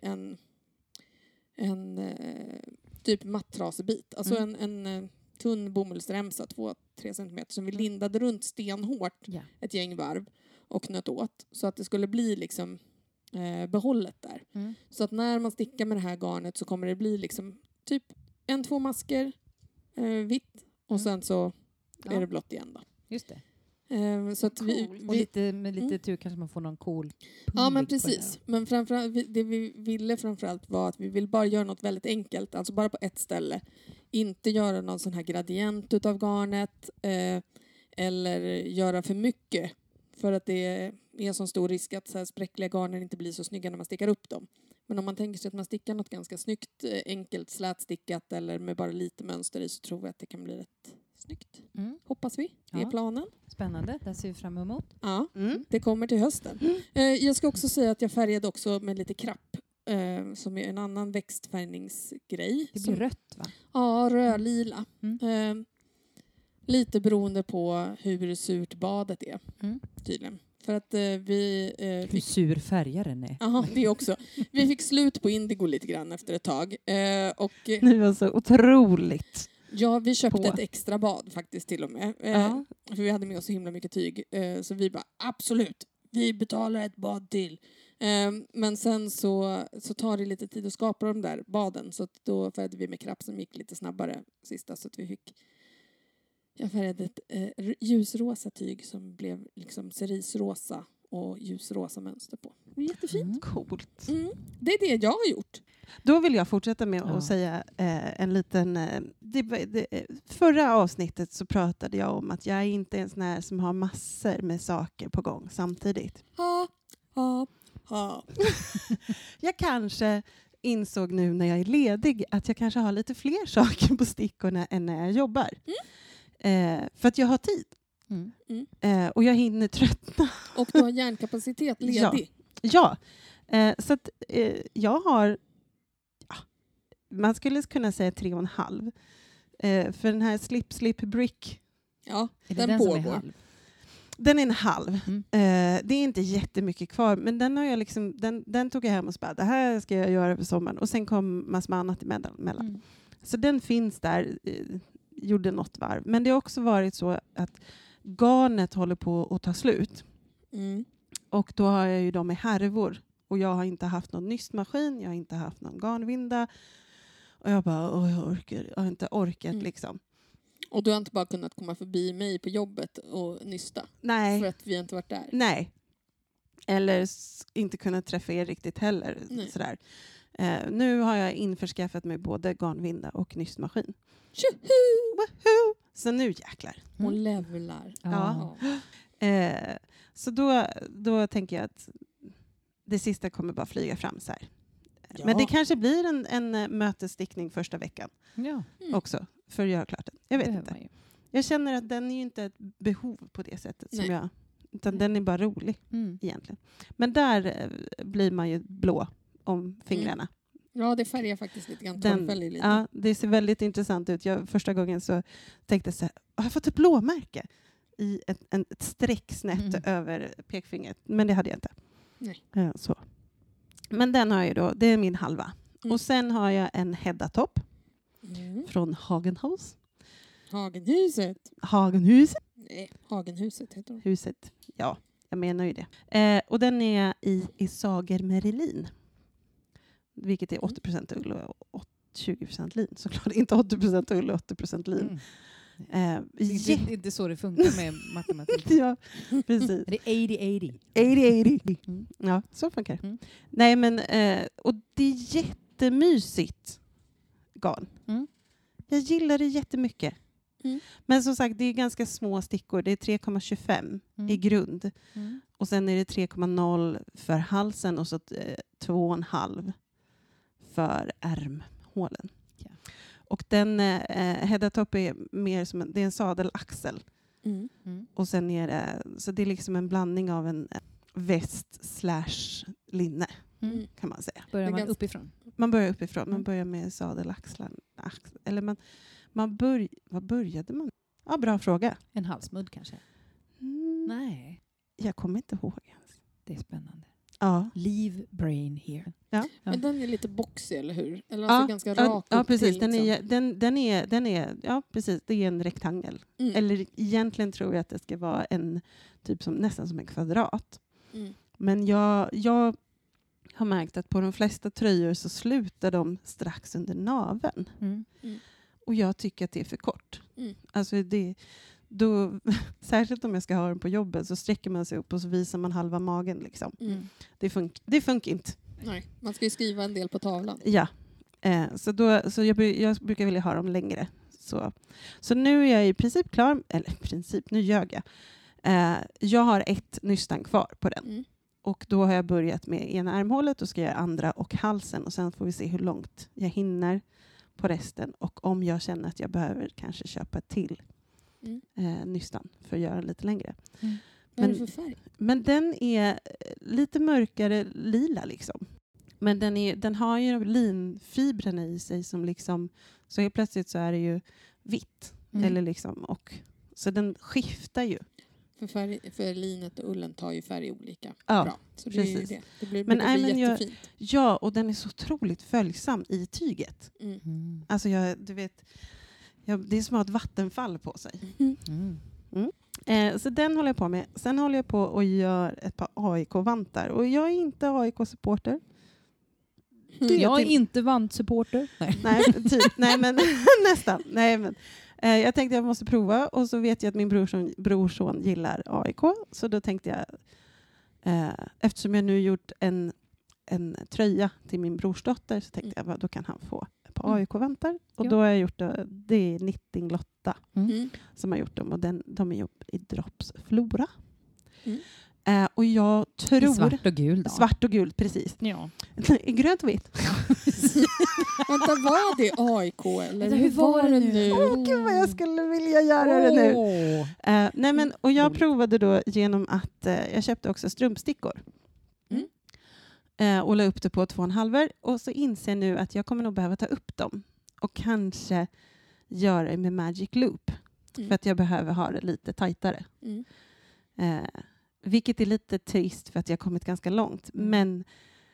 en typ mattrasebit. Alltså en tunn bomullsremsa, 2-3 centimeter som vi lindade runt stenhårt ett gäng varv och knöt åt. Så att det skulle bli liksom behållet där. Så att när man stickar med det här garnet så kommer det bli liksom typ 1-2 masker vitt och sen så är det blått igen då. Just det. Så att med lite tur kanske man får någon cool. Ja, men precis. Men framförallt, det vi ville framförallt var att vi vill bara göra något väldigt enkelt. Alltså bara på ett ställe. Inte göra någon sån här gradient utav garnet. Eller göra för mycket. För att det är så stor risk att så här spräckliga garner inte blir så snygga när man stickar upp dem. Men om man tänker sig att man stickar något ganska snyggt, enkelt, slätstickat eller med bara lite mönster i, så tror vi att det kan bli rätt snyggt. Hoppas vi. Det är planen. Spännande, det ser vi fram emot. Ja, det kommer till hösten. Jag ska också säga att jag färgade också med lite krapp. Som är en annan växtfärgningsgrej. Det blir rött, va? Ja, rödlila. Lite beroende på hur surt badet är, tydligen. För att hur sur färgaren är. Ja, det också. Vi fick slut på indigo lite grann efter ett tag. Och det var så otroligt. Ja, vi köpte ett extra bad faktiskt till och med. För vi hade med oss så himla mycket tyg. Så vi bara, absolut, vi betalar ett bad till. Men sen så tar det lite tid att skapa de där baden. Så att då färgade vi med krapp som gick lite snabbare sista. Så att jag färgade ett ljusrosa tyg som blev liksom cerisrosa och ljusrosa mönster på. Jättefint. Coolt. Det är det jag har gjort. Då vill jag fortsätta med att säga en liten... förra avsnittet så pratade jag om att jag är inte en sån här som har massor med saker på gång samtidigt. Jag kanske insåg nu när jag är ledig att jag kanske har lite fler saker på stickorna än när jag jobbar. För att jag har tid. Och jag hinner tröttna. Och du har hjärnkapacitet ledig. Ja. Så att jag har... man skulle kunna säga 3,5. För den här slip brick. Ja, den pågår. Den är en halv. Det är inte jättemycket kvar, men den har jag liksom, den tog jag hem och bara, det här ska jag göra för sommaren. Och sen kom massor med annat emellan. Så den finns där, gjorde något varv. Men det har också varit så att garnet håller på att ta slut. Och då har jag ju dem i härvor. Och jag har inte haft någon nystmaskin, jag har inte haft någon garnvinda. Och jag bara, jag har inte orkat liksom. Och du har inte bara kunnat komma förbi mig på jobbet och nysta? Nej. För att vi inte varit där? Nej. Eller inte kunnat träffa er riktigt heller. Sådär. Nu har jag införskaffat mig både garnvinda och nystmaskin. Woohoo! Så nu jäklar. Hon levlar. Ja. Så då tänker jag att det sista kommer bara flyga fram så här. Ja. Men det kanske blir en mötesstickning första veckan också för att göra klart den. Jag vet inte. Jag känner att den är ju inte ett behov på det sättet som jag, utan den är bara rolig egentligen. Men där blir man ju blå om fingrarna. Ja, det färgar faktiskt lite grann. Lite. Ja, det ser väldigt intressant ut. Första gången så tänkte jag så här, har jag fått ett blåmärke i ett streck snett över pekfingret? Men det hade jag inte. Nej. Så. Men den har jag ju då, det är min halva. Och sen har jag en Hedda-topp från Hagenhaus. Hagenhuset? Nej, Hagenhuset heter det. Huset, ja, jag menar ju det. Och den är i Sager Merlin. Vilket är 80% ull och 20% lin. Såklart inte 80% ull och 80% lin. Det är inte så det funkar med matematik. Ja, precis. Det är 80-80. 80-80. Ja, så funkar det. Nej, men och det är jättemysigt garn. Jag gillar det jättemycket. Men som sagt, det är ganska små stickor. Det är 3,25 i grund. Och sen är det 3,0 för halsen och så 2,5 för ärmhålen. Ja. Och den Hedda-topp är mer som det är en sadelaxel. Och sen är det, så det är liksom en blandning av en väst/linne kan man säga. Börjar man uppifrån? Man börjar uppifrån. Man börjar med sadelaxlar. Eller vad började man? Ja, bra fråga. En halsmudd kanske? Nej. Jag kommer inte ihåg ens. Det är spännande. Ja. Leave brain here. Ja. Men den är lite boxig, eller hur? Eller alltså ganska rak ja, precis. Till, Den är, ja, precis. Det är en rektangel. Eller egentligen tror jag att det ska vara en typ som nästan som en kvadrat. Men jag har märkt att på de flesta tröjor så slutar de strax under naveln. Och jag tycker att det är för kort. Alltså då, särskilt om jag ska ha den på jobbet så sträcker man sig upp och så visar man halva magen. Liksom. Det funkar inte. Nej, man ska ju skriva en del på tavlan. Ja, så jag brukar vilja ha dem längre. Så nu är jag i princip klar. Eller i princip, nu ljög jag. Jag har ett nystan kvar på den. Och då har jag börjat med ena armhålet och ska göra andra och halsen. Och sen får vi se hur långt jag hinner på resten. Och om jag känner att jag behöver kanske köpa till nystan för att göra lite längre. Vad är det för färg? Men den är lite mörkare lila liksom. Men den har ju linfibrerna i sig som liksom, så helt plötsligt så är det ju vitt. Eller liksom, och så den skiftar ju. För linet och ullen tar ju färg olika bra. Så det precis. är ju det blir jättefint. Ja, och den är så otroligt följsam i tyget. Alltså du vet, det är som att ha ett vattenfall på sig. Så den håller jag på med. Sen håller jag på och gör ett par AIK-vantar. Och jag är inte AIK-supporter. Jag är inte vantsupporter. Nej, typ. Nej, men nästan. Nej, men jag tänkte jag måste prova. Och så vet jag att min brorson gillar AIK. Så då tänkte jag, eftersom jag nu gjort en tröja till min brorsdotter, så tänkte jag då kan han få på AIK-vantar. Och då har jag gjort det är Knitting Lotta som har gjort dem. Och de är gjort i Drops Flora. Och jag tror... I svart och gul då? Svart och gul, precis. Ja. I grönt och vitt. Vänta, var det AIK? Eller hur var det nu? Gud vad jag skulle vilja göra det nu. Nej, men, och jag provade då genom att jag köpte också strumpstickor. Och la upp det på 2,5. Och så inser jag nu att jag kommer nog behöva ta upp dem. Och kanske göra det med Magic Loop. För att jag behöver ha det lite tajtare. Vilket är lite trist för att jag har kommit ganska långt. Men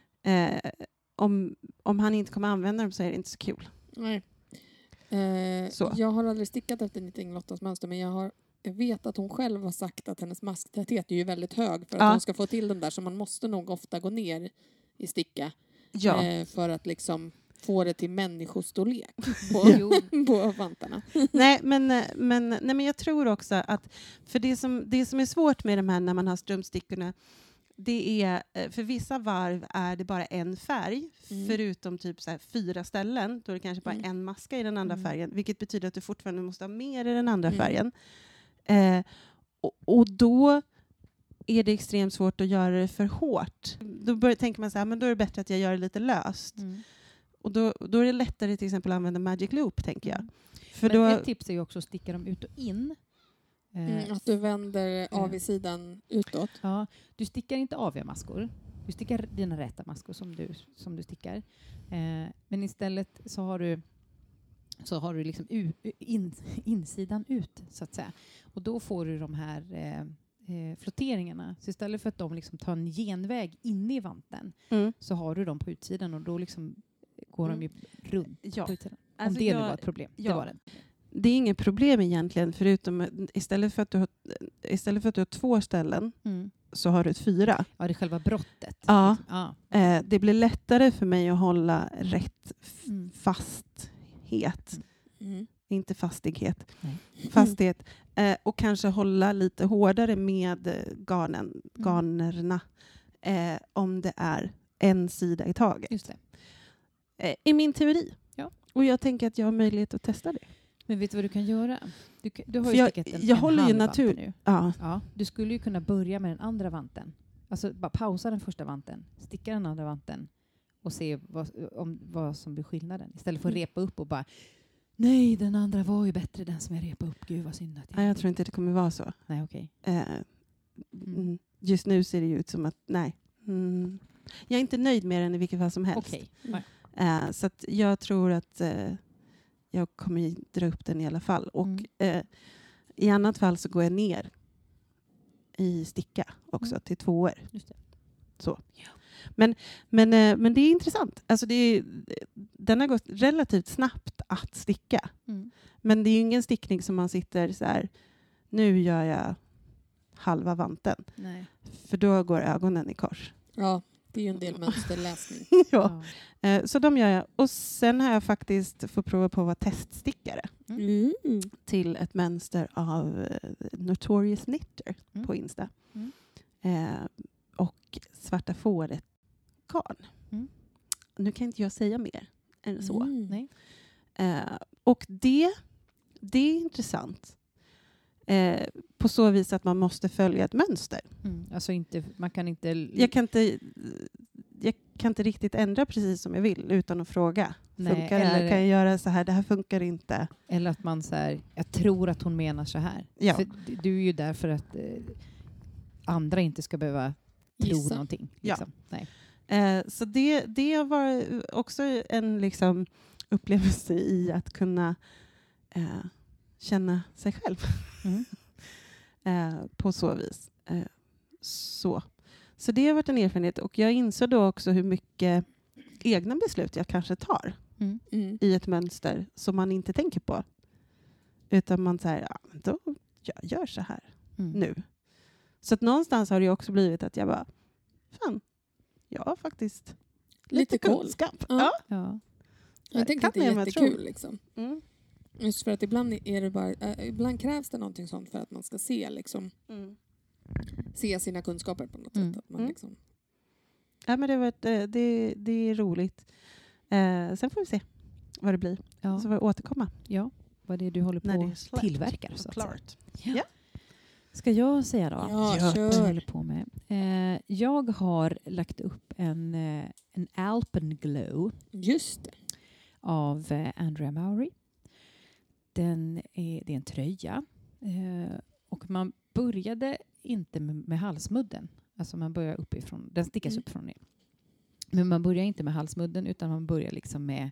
om han inte kommer använda dem så är det inte så kul. Nej. Så. Jag har aldrig stickat efter Knitting-Lottas mönster, men jag vet att hon själv har sagt att hennes masktäthet är ju väldigt hög för att hon ska få till den där, så man måste nog ofta gå ner i sticka för att liksom få det till människostorlek på vantarna. Nej, men jag tror också att för det som är svårt med de här när man har strumpstickorna, det är för vissa varv är det bara en färg förutom typ så här 4 ställen, då är det kanske bara en maska i den andra färgen, vilket betyder att du fortfarande måste ha mer i den andra färgen. Och då är det extremt svårt att göra det för hårt. Då tänker man så här, men då är det bättre att jag gör det lite löst. Och då är det lättare till exempel att använda Magic Loop, tänker jag. För men ett tips är ju också att sticka dem ut och in. Att du vänder av i sidan utåt. Ja, du stickar inte AV-maskor. Du stickar dina rätta maskor som du stickar. Men istället så har du liksom insidan ut, så att säga. Och då får du de här flotteringarna. Så istället för att de liksom tar en genväg in i vanten så har du dem på utsidan, och då liksom går de ju runt på utsidan. Om det nu var ett problem. Ja. Det var det. Det är inget problem egentligen, förutom istället för att du har 2 ställen så har du 4. Ja, det är själva brottet. Ja. Liksom. Det blir lättare för mig att hålla rätt fasthet. Inte fastighet. Fasthet. Och kanske hålla lite hårdare med garnerna om det är en sida i taget. Just det. I min teori. Ja. Och jag tänker att jag har möjlighet att testa det. Men vet du vad du kan göra? Du har ju stickat jag håller ju natur nu. Ja. Du skulle ju kunna börja med den andra vanten. Alltså bara pausa den första vanten, sticka den andra vanten och se vad som blir skillnaden. Istället för att repa upp och bara, nej, den andra var ju bättre, den som jag repade upp. Gud vad synd att jag tror inte det kommer vara så. Nej, okej. Just nu ser det ju ut som att, nej. Jag är inte nöjd med den i vilket fall som helst. Okej. Så att jag tror att jag kommer dra upp den i alla fall. Och i annat fall så går jag ner i sticka också till 2 år. Just det. Så. Ja. Men det är intressant. Alltså den har gått relativt snabbt att sticka. Men det är ju ingen stickning som man sitter så här, nu gör jag halva vanten. Nej. För då går ögonen i kors. Ja, det är ju en del mönsterläsning. Ja. Så de gör jag. Och sen har jag faktiskt fått prova på att vara teststickare till ett mönster av Notorious Knitter på Insta. Och Svarta fåret garn. Nu kan inte jag säga mer än så. Nej. Och det är intressant. På så vis att man måste följa ett mönster. Alltså man kan inte... Jag kan inte riktigt ändra precis som jag vill utan att fråga. Nej, funkar det här? Kan jag göra så här? Det här funkar inte. Eller att man säger, jag tror att hon menar så här. Ja. För du är ju där för att andra inte ska behöva tro någonting. Liksom. Ja. Nej. Så det har varit också en liksom upplevelse i att kunna känna sig själv. På så vis. Så det har varit en erfarenhet. Och jag insåg då också hur mycket egna beslut jag kanske tar i ett mönster som man inte tänker på. Utan man säger, då jag gör så här nu. Så att någonstans har det också blivit att jag bara, fan, jag har faktiskt lite kunskap. Ja. Jag tänker att det är jättekul liksom. Just för att ibland är det bara, ibland krävs det någonting sånt för att man ska se liksom se sina kunskaper på något sätt. Att man liksom... Ja, men det är roligt. Sen får vi se vad det blir. Så får vi återkomma. Ja, vad det är du håller på att tillverka. Så klart. Ja. Ska jag säga då? Ja, kör. Vad jag håller på med. Jag har lagt upp en Alpenglow. Just det. Av Andrea Mowry. Det är en tröja. Och man började inte med halsmudden. Alltså man börjar uppifrån. Den stickas upp från ner. Men man börjar inte med halsmudden utan man börjar liksom med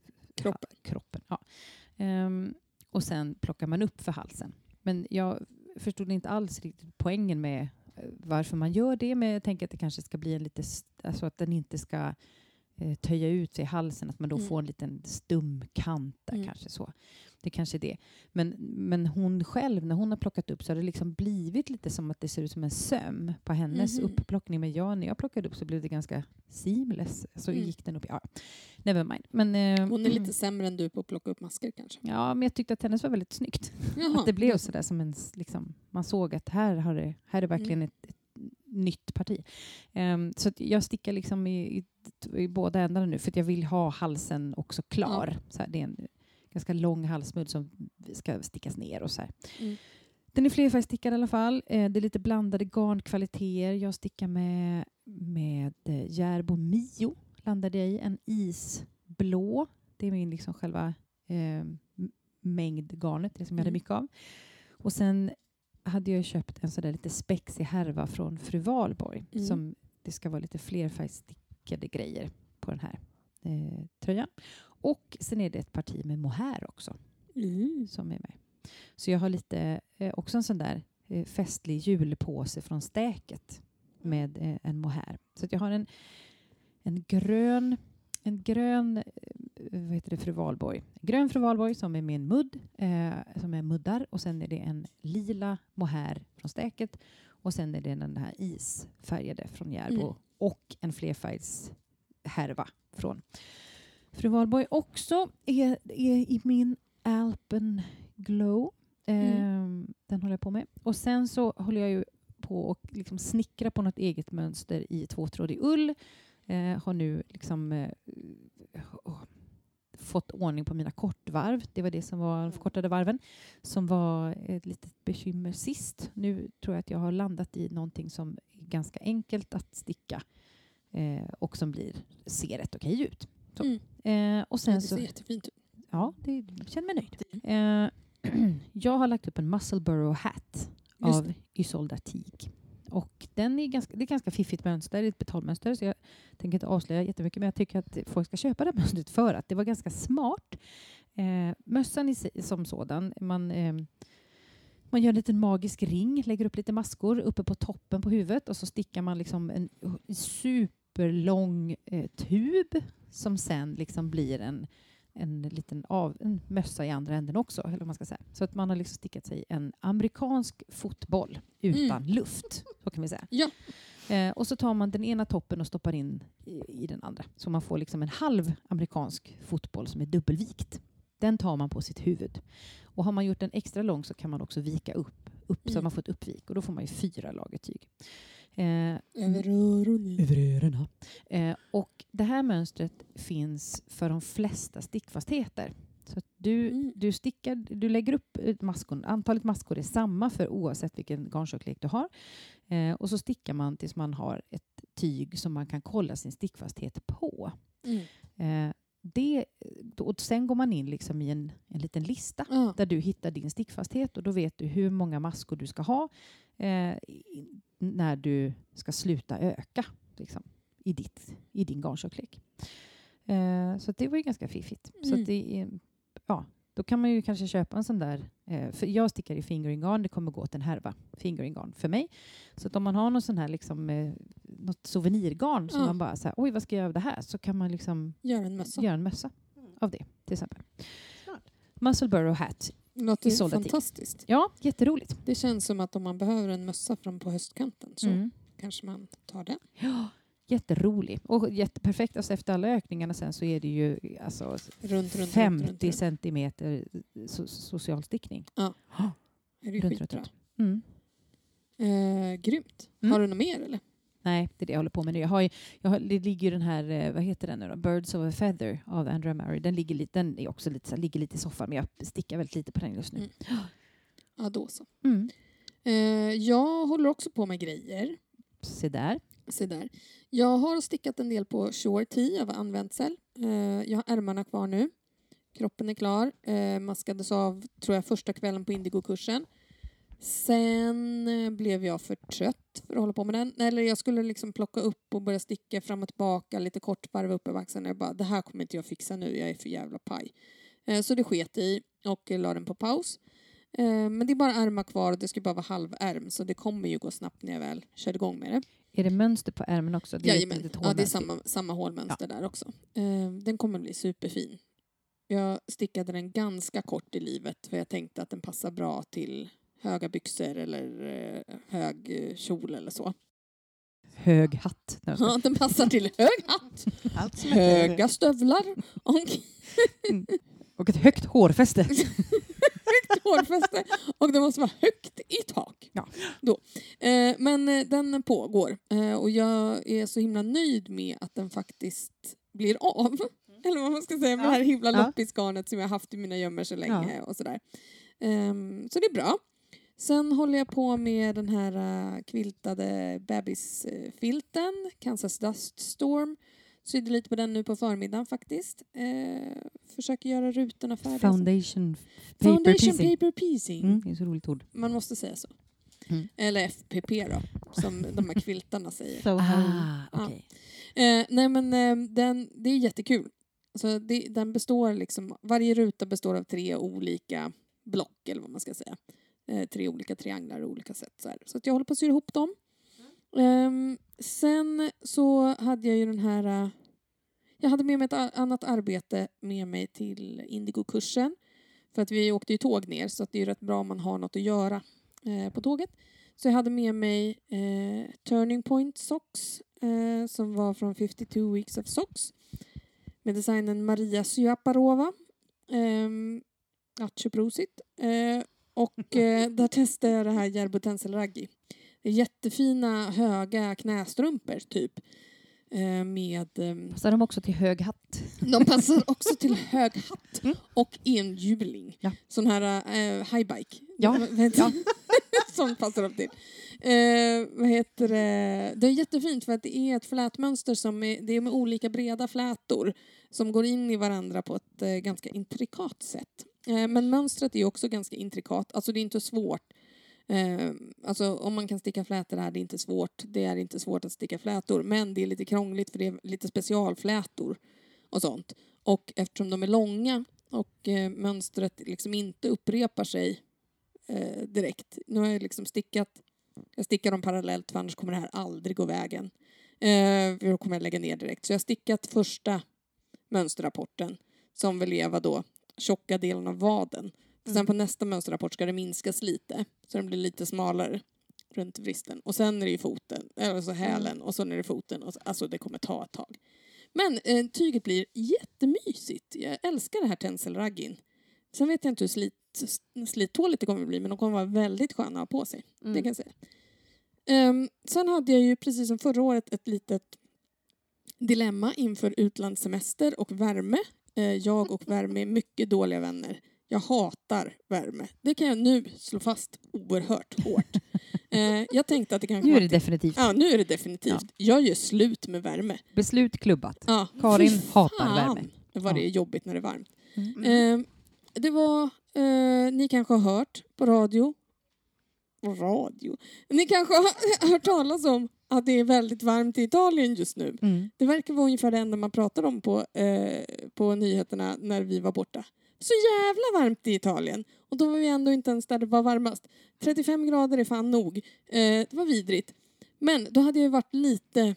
kroppen. Ja. Och sen plockar man upp för halsen. Men jag förstod inte alls riktigt poängen med varför man gör det. Men jag tänker att det kanske ska bli en lite, alltså att den inte ska töja ut sig i halsen, att man då får en liten stum kant där kanske så. Det kanske är det. Men hon själv, när hon har plockat upp, så har det liksom blivit lite som att det ser ut som en söm på hennes upplockning. Men när jag plockade upp så blev det ganska seamless. Så gick den upp. Ja, never mind. Men, hon är lite sämre än du på att plocka upp masker kanske. Ja, men jag tyckte att hennes var väldigt snyggt. Jaha. Att det blev så där som en, liksom, man såg att här är verkligen ett nytt parti. Så att jag stickar liksom i båda ändarna nu, för att jag vill ha halsen också klar. Ja. Så här, det är en ganska lång halsmudd som ska stickas ner och så här. Den är flerfärgstickad i alla fall. Det är lite blandade garnkvaliteter. Jag stickar med Järbo Mio. Landade jag i en isblå. Det är min liksom själva mängd garnet, det som jag hade mycket av. Och sen hade jag köpt en sådär lite spexig härva från Fru Valborg. Som det ska vara lite flerfärgstickade grejer på den här tröjan. Och sen är det ett parti med mohair också. Som är med. Så jag har lite också en sån där festlig julpåse från Stäket med en mohair. Så att jag har en grön vad heter det, Fru Valborg. Grön Fru Valborg som är med en mudd, som är muddar, och sen är det en lila mohair från Stäket, och sen är det den här isfärgade från Järbo och en flerfärgshärva från Fru Valborg också är i min Alpen Glow. Den håller jag på med. Och sen så håller jag ju på att liksom snickra på något eget mönster i tvåtrådig ull. Har nu liksom fått ordning på mina kortvarv. Det var det som var förkortade varven, som var ett litet bekymmer sist. Nu tror jag att jag har landat i någonting som är ganska enkelt att sticka och som ser rätt okej ut. Så. Och sen det ser jättefint ut. Ja, jag känner mig nöjd. Jag har lagt upp en Musselburrow hat av Isolda Teague. Och det är ganska fiffigt mönster, ett betalmönster, så jag tänker inte avslöja jättemycket, men jag tycker att folk ska köpa det mönstret för att det var ganska smart. Mössan som sådan, man gör en liten magisk ring, lägger upp lite maskor uppe på toppen på huvudet, och så stickar man liksom en superlång tub som sen liksom blir en liten en mössa i andra änden också, eller vad man ska säga. Så att man har liksom stickat sig en amerikansk fotboll utan luft, så kan vi säga. Ja. Och så tar man den ena toppen och stoppar in i den andra. Så man får liksom en halv amerikansk fotboll som är dubbelvikt. Den tar man på sitt huvud. Och har man gjort den extra lång så kan man också vika upp så man får ett uppvik. Och då får man ju 4 lager tyg. Över öronen. Och det här mönstret finns för de flesta stickfastheter. Så att du lägger upp antalet maskor är samma för oavsett vilken garntjocklek du har. Och så stickar man tills man har ett tyg som man kan kolla sin stickfasthet på. Och sen går man in liksom i en liten lista där du hittar din stickfasthet, och då vet du hur många maskor du ska ha när du ska sluta öka liksom, i din garntjocklek. Så det var ju ganska fiffigt. Så att då kan man ju kanske köpa en sån där, för jag stickar i fingering garn, det kommer gå till en härva fingering garn för mig. Så att om man har någon sån här liksom, något souvenirgarn som man bara säger, oj, vad ska jag göra av det här? Så kan man liksom göra en mössa av det, till exempel. Musselburrow hat. Låter fantastiskt. Ja, jätteroligt. Det känns som att om man behöver en mössa från på höstkanten så kanske man tar den. Ja, jätterolig. Och jätteperfekt. Alltså efter alla ökningarna sen så är det ju alltså, runt 50 centimeter socialstickning. Ja, det är skitbra. Grymt. Mm. Har du något mer eller? Nej, det är det jag håller på med nu. Det ligger ju den här, vad heter den nu då? Birds of a Feather av Andrea Murray. Den är också ligger lite i soffan, men jag stickar väldigt lite på den just nu. Ja, då så. Jag håller också på med grejer. Se där. Jag har stickat en del på Shore Tea av användsäll. Jag har ärmarna kvar nu. Kroppen är klar. Maskades av, tror jag, första kvällen på Indigo-kursen. Sen blev jag för trött för att hålla på med den. Eller jag skulle liksom plocka upp och börja sticka fram och tillbaka. Lite kort varv upp över axeln. Jag bara, det här kommer inte jag fixa nu. Jag är för jävla paj. Så det sket i och la den på paus. Men det är bara ärmar kvar och det ska bara vara halvärm. Så det kommer ju gå snabbt när jag väl kör igång med det. Är det mönster på ärmen också? Det är det är samma hålmönster där också. Den kommer bli superfin. Jag stickade den ganska kort i livet för jag tänkte att den passar bra till höga byxor eller hög kjol eller så. Hög hatt. Ja, den passar till hög hatt. Höga stövlar. Och ett högt hårfäste. Högt hårfäste. Och det måste vara högt i tak. Ja. Då. Men den pågår. Och jag är så himla nöjd med att den faktiskt blir av. Eller vad man ska säga. Med det här himla loppisgarnet som jag haft i mina gömmor så länge. Och sådär. Så det är bra. Sen håller jag på med den här kviltade bebisfilten. Kansas Dust Storm. Sydde lite på den nu på förmiddagen faktiskt. Försöker göra rutorna färdiga. Foundation paper piecing. Det är så roligt ord. Man måste säga så. Eller FPP då. Som de här kviltarna säger. Okay. Nej men det är jättekul. Så den består liksom. Varje ruta består av 3 olika block. Eller vad man ska säga. 3 olika trianglar och olika sätt. Så att jag håller på att syra ihop dem. Sen så hade jag ju den här... Jag hade med mig ett annat arbete med mig till Indigo-kursen. För att vi åkte ju tåg ner så att det är rätt bra om man har något att göra på tåget. Så jag hade med mig Turning Point Socks som var från 52 Weeks of Socks. Med designen Maria Syaparova. Atcheprosit. Och där testade jag det här Järbo Tenselraggi. Det är jättefina höga knästrumpor typ. Passar de också till hög hatt? De passar också till hög hatt. Och enhjuling. Ja. Sån här highbike. Ja. Sånt passar de till. Vad heter det? Det är jättefint för att det är ett flätmönster som det är med olika breda flätor. Som går in i varandra på ett ganska intrikat sätt. Men mönstret är också ganska intrikat. Alltså det är inte svårt. Alltså om man kan sticka flätor här, det är inte svårt. Det är inte svårt att sticka flätor. Men det är lite krångligt för det är lite specialflätor och sånt. Och eftersom de är långa och mönstret liksom inte upprepar sig direkt. Nu har jag liksom jag stickar dem parallellt för annars kommer det här aldrig gå vägen. Då kommer jag lägga ner direkt. Så jag har stickat första mönsterrapporten som vill leva då tjocka delen av vaden. Sen på nästa mönsterrapport ska det minskas lite. Så den blir lite smalare runt vristen. Och sen är det ju foten. Eller så hälen. Och så är det foten. Och så, alltså det kommer ta ett tag. Men tyget blir jättemysigt. Jag älskar det här tenselraggin. Sen vet jag inte hur slittåligt det kommer bli. Men de kommer vara väldigt sköna att ha på sig. Det kan jag säga. Sen hade jag ju precis som förra året ett litet dilemma inför utlandssemester och värme. Jag och värme är mycket dåliga vänner. Jag hatar värme. Det kan jag nu slå fast oerhört hårt. Jag tänkte att det kanske... Nu är det definitivt. Ja, nu är det definitivt. Ja. Jag gör slut med värme. Beslut klubbat. Ja. Karin hatar värme. Vad det är jobbigt när det är varmt. Det var... ni kanske har hört på radio. Ni kanske har hört talas om att det är väldigt varmt i Italien just nu. Det verkar vara ungefär det enda man pratar om på nyheterna när vi var borta. Så jävla varmt i Italien. Och då var vi ändå inte ens där det var varmast. 35 grader är fan nog. Det var vidrigt. Men då hade jag varit lite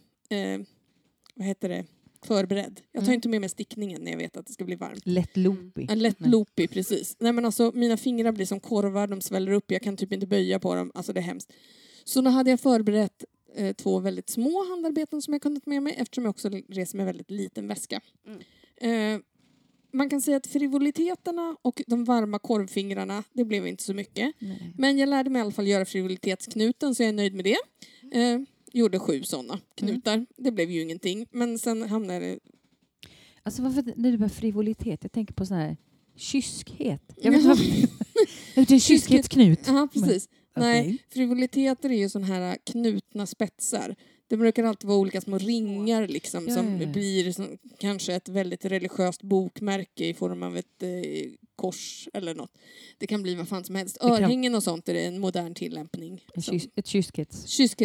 förberedd. Jag tar inte med mig stickningen när jag vet att det ska bli varmt. Lätt loopy. Lätt loopy, precis. Nej men alltså mina fingrar blir som korvar. De sväller upp. Jag kan typ inte böja på dem. Alltså det är hemskt. Så då hade jag förberett 2 väldigt små handarbeten som jag kunde ta med mig. Eftersom jag också reser med väldigt liten väska. Man kan säga att frivoliteterna och de varma korvfingrarna, det blev inte så mycket. Nej. Men jag lärde mig i alla fall göra frivolitetsknuten så jag är nöjd med det. Gjorde 7 sådana knutar. Det blev ju ingenting. Men sen hamnade det... Alltså varför när du bara frivolitet? Jag tänker på sån här kyskhet. Jag vet inte varför. Det är kyskhetsknut. Ja, precis. Okay. Nej, frivoliteter är ju sån här knutna spetsar. Det brukar alltid vara olika små ringar liksom, som blir som, kanske ett väldigt religiöst bokmärke i form av ett kors eller något. Det kan bli vad fan som helst. Örhängen och sånt är det en modern tillämpning. Ett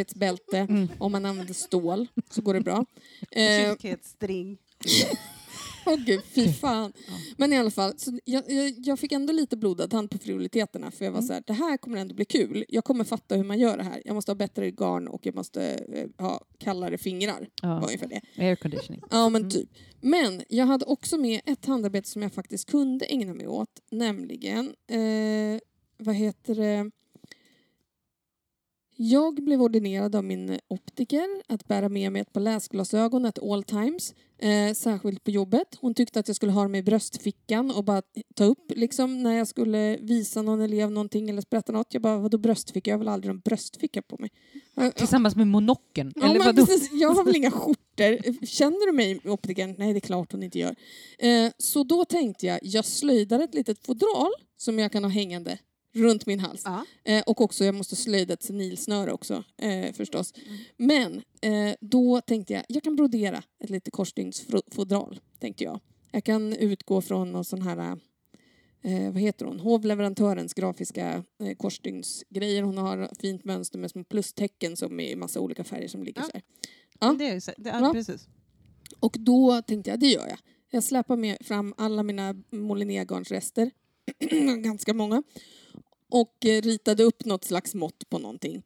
kyskhetsbälte. Om man använder stål så går det bra. Kyskhetsstring. Gud, fy fan. Men i alla fall, så jag fick ändå lite blodad tand på frivoliteterna. För jag var så här, det här kommer ändå bli kul. Jag kommer fatta hur man gör det här. Jag måste ha bättre garn och jag måste ha kallare fingrar. Var ungefär det. Air conditioning. Ja, men typ. Men jag hade också med ett handarbete som jag faktiskt kunde ägna mig åt. Nämligen, vad heter det? Jag blev ordinerad av min optiker att bära med mig ett par läsglasögon at all times. Särskilt på jobbet. Hon tyckte att jag skulle ha dem i bröstfickan och bara ta upp liksom, när jag skulle visa någon elev någonting eller berätta något. Jag bara, vadå bröstficka? Jag vill aldrig ha en bröstficka på mig. Tillsammans med monocken? Ja, eller vadå? Precis, jag har väl inga skjortor. Känner du mig, optikern? Nej, det är klart hon inte gör. Så då tänkte jag slöjdar ett litet fodral som jag kan ha hängande runt min hals. Och också, jag måste slöjda ett senilsnöre också, förstås. Men då tänkte jag kan brodera ett litet korsstygnsfodral, tänkte jag. Jag kan utgå från någon sån här, vad heter hon? Hovleverantörens grafiska korsstygnsgrejer. Hon har fint mönster med små plustecken som är i massa olika färger som ligger så här. Ja, det är precis. Och då tänkte jag, det gör jag. Jag släpar med fram alla mina Moliné-garnsrester. Ganska många. Och ritade upp något slags mått på någonting.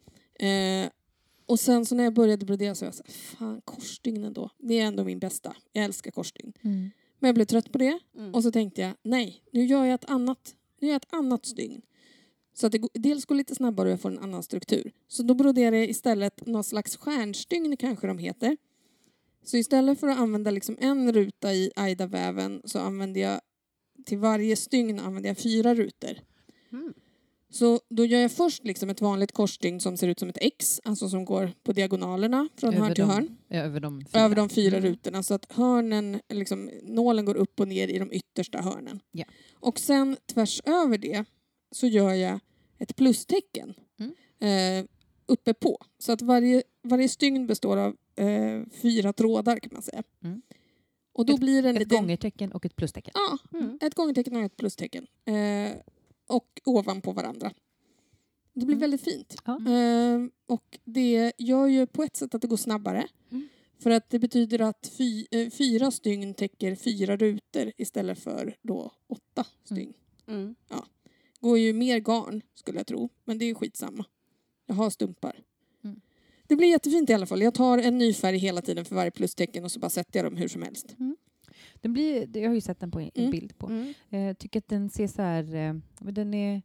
Och sen så när jag började brodera så var jag så här, fan, korsstygn ändå. Det är ändå min bästa. Jag älskar korsstygn. Men jag blev trött på det. Och så tänkte jag, nej, nu gör jag ett annat stygn. Så att det dels går lite snabbare och jag får en annan struktur. Så då broderar jag istället någon slags stjärnstygn kanske de heter. Så istället för att använda liksom en ruta i Aida-väven så använder jag till varje stygn använder jag 4 rutor. Så då gör jag först liksom ett vanligt korsstygn som ser ut som ett X. Alltså som går på diagonalerna från hörn till hörn. Över de 4 rutorna. Så att hörnen, liksom, nålen går upp och ner i de yttersta hörnen. Yeah. Och sen tvärs över det så gör jag ett plustecken uppe på. Så att varje stygn består av 4 trådar kan man säga. Och då blir det ett gångertecken och ett plustecken. Ja, ett gångertecken och ett plustecken. Och ovanpå varandra. Det blir väldigt fint. Och det gör ju på ett sätt att det går snabbare. För att det betyder att 4 stygn täcker 4 rutor istället för då 8 stygn. Ja. Går ju mer garn skulle jag tro. Men det är skitsamma. Jag har stumpar. Det blir jättefint i alla fall. Jag tar en ny färg hela tiden för varje plustecken och så bara sätter jag dem hur som helst. Jag har ju sett den på en bild på. Tycker att den ser så här... Den är...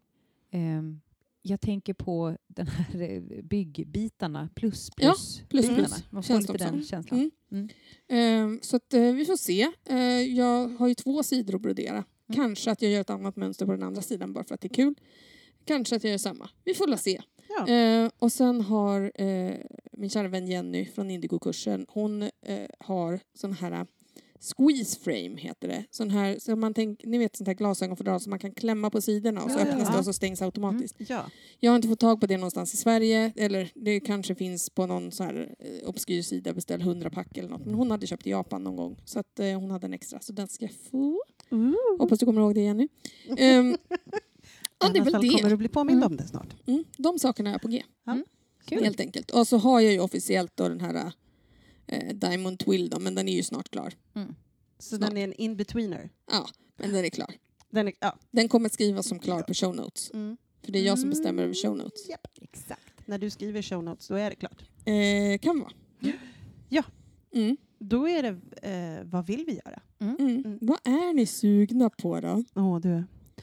jag tänker på den här byggbitarna. Plus. Man får lite den känslan. Så att, vi får se. Jag har ju 2 sidor att brodera. Kanske att jag gör ett annat mönster på den andra sidan bara för att det är kul. Kanske att jag gör samma. Vi får se. Och sen har min kära vän Jenny från Indigo-kursen, hon har sån här squeeze frame heter det. Sån här, så man ni vet sånt här glasögonfodral som man kan klämma på sidorna och så öppnas det och så stängs automatiskt. Jag har inte fått tag på det någonstans i Sverige, eller det kanske finns på någon så här obskyr sida, beställ 100 pack eller något. Men hon hade köpt i Japan någon gång så att hon hade en extra, så den ska jag få. Hoppas du kommer ihåg det, Jenny. Ja, det är väl det. Kommer du bli påmind om det snart? De sakerna är på G. Helt enkelt. Och så har jag ju officiellt då den här Diamond Twill då, men den är ju snart klar. Så snart. Den är en in-betweener? Ja, men den är klar. Ja. Den kommer skrivas som klar på show notes. För det är jag som bestämmer över show notes. Yep. Exakt. När du skriver show notes, då är det klart. Kan vara. Ja. Då är det, vad vill vi göra? Vad är ni sugna på då? Du.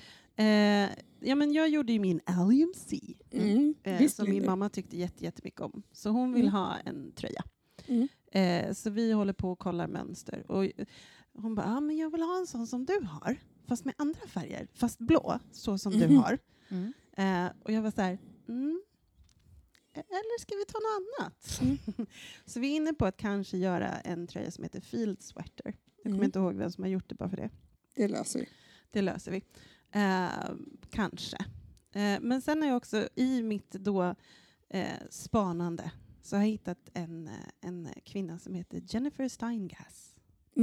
Ja, men jag gjorde ju min LUMC. Som min mamma tyckte jättemycket om. Så hon vill ha en tröja. Så vi håller på och kollar mönster. Och hon bara, men jag vill ha en sån som du har. Fast med andra färger. Fast blå, så som du har. Och jag var så här, eller ska vi ta något annat? Så vi är inne på att kanske göra en tröja som heter Field Sweater. Jag kommer inte ihåg vem som har gjort det bara för det. Det löser vi. Kanske. Men sen har jag också i mitt då spanande så har jag hittat en kvinna som heter Jennifer Steingass.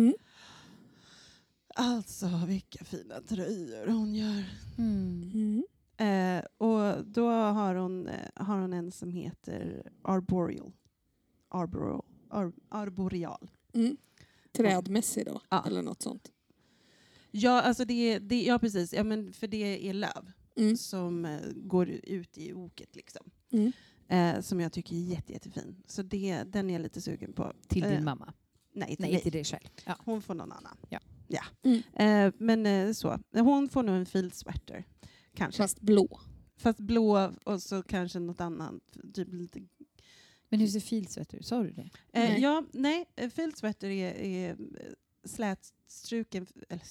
Alltså vilka fina tröjor hon gör. Och då har hon en som heter Arboreal. Trädmässig då? Eller något sånt. Ja, alltså ja precis. Ja, men för det är löv som går ut i oket liksom. Som jag tycker är jättefin. Så den är jag lite sugen på. Till din mamma? Nej, till dig själv. Ja. Hon får någon annan. Ja. Men så. Hon får nog en field sweater. Kanske. Fast blå och så kanske något annat. Typ lite. Men hur ser field sweater? Sa du det? Nej. Field sweater är slätstruken. Eller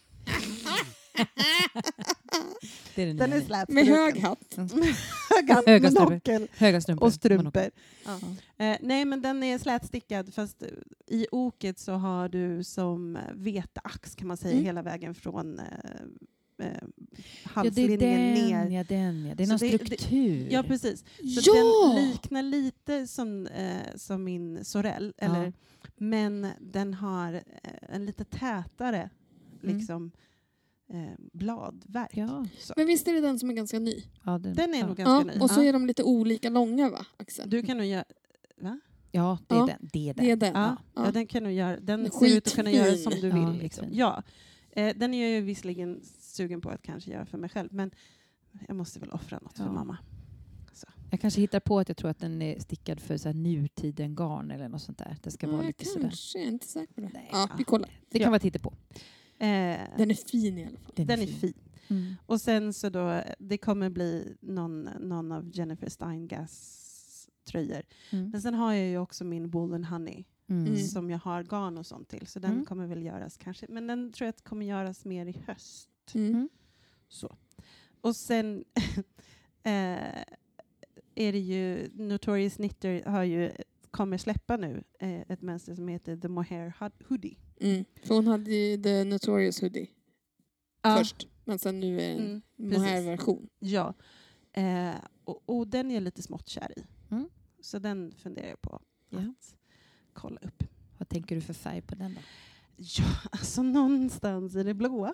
den är slätstruken. Med hög hatt. Med nockel höga strumpor. Och strumpor. Nej, men den är slätstickad. Fast i oket så har du som veteax kan man säga hela vägen från halslinjen ner. Det är någon struktur. Ja, precis. Så den liknar lite som min sorell. Men den har en lite tätare liksom bladverk. Ja. Men visst är det den som är ganska ny? Ja, den är nog ganska ny. Och så är de lite olika långa, va, Axel? Du kan nog göra... Va? Ja, det är den. Det är den. Ja, den kan du göra. Den ser ut att kunna göra som du vill. Liksom. Ja. Den är jag ju visserligen sugen på att kanske göra för mig själv. Men jag måste väl offra något för mamma. Så. Jag kanske hittar på att jag tror att den är stickad för så här nutiden garn eller något sånt där. Det ska vara lite sådär. Kanske, jag är inte säker på det. Nej, vi kollar. Det kan vara titta på. Den är fin i alla fall. Den är fin. Och sen så då, det kommer bli någon av Jennifer Steingas tröjor. Men sen har jag ju också min Wool and Honey som jag har garn och sånt till. Så den kommer väl göras kanske. Men den tror jag att kommer göras mer i höst. Så. Och sen är det ju Notorious Knitter kommer släppa nu ett mönster som heter The Mohair Hoodie. För hon hade ju The Notorious Hoodie först. Men sen nu är en mohair-version. Ja. Och den är jag lite smått kär i. Så den funderar jag på att kolla upp. Vad tänker du för färg på den då? Ja, alltså någonstans i det blåa.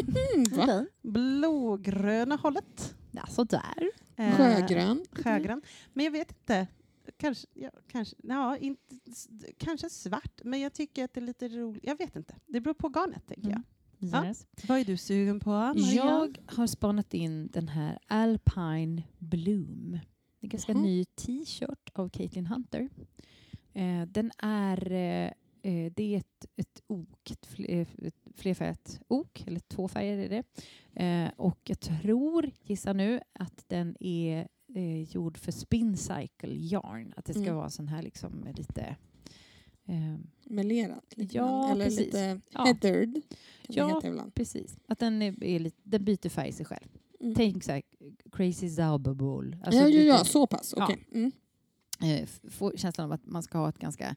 Blågröna hållet. Ja, så där. Sjögrön. Men jag vet inte. Kanske svart. Men jag tycker att det är lite roligt. Jag vet inte. Det beror på garnet, tänker jag. Yes. Vad är du sugen på, Maria? Jag har spanat in den här Alpine Bloom. Det är en ganska ny t-shirt av Caitlin Hunter. Den är det är ett ok, ett flerfärgat ok, eller 2 färger är det. Och jag gissar nu att den är gjord för Spin Cycle yarn. Att det ska vara sån här liksom lite... melerat. Eller precis. Lite heathered. Ja, precis. Att den den byter färg sig själv. Tänk så här, Crazy Zauberball. Alltså så pass. Okay. Får känslan av att man ska ha ett ganska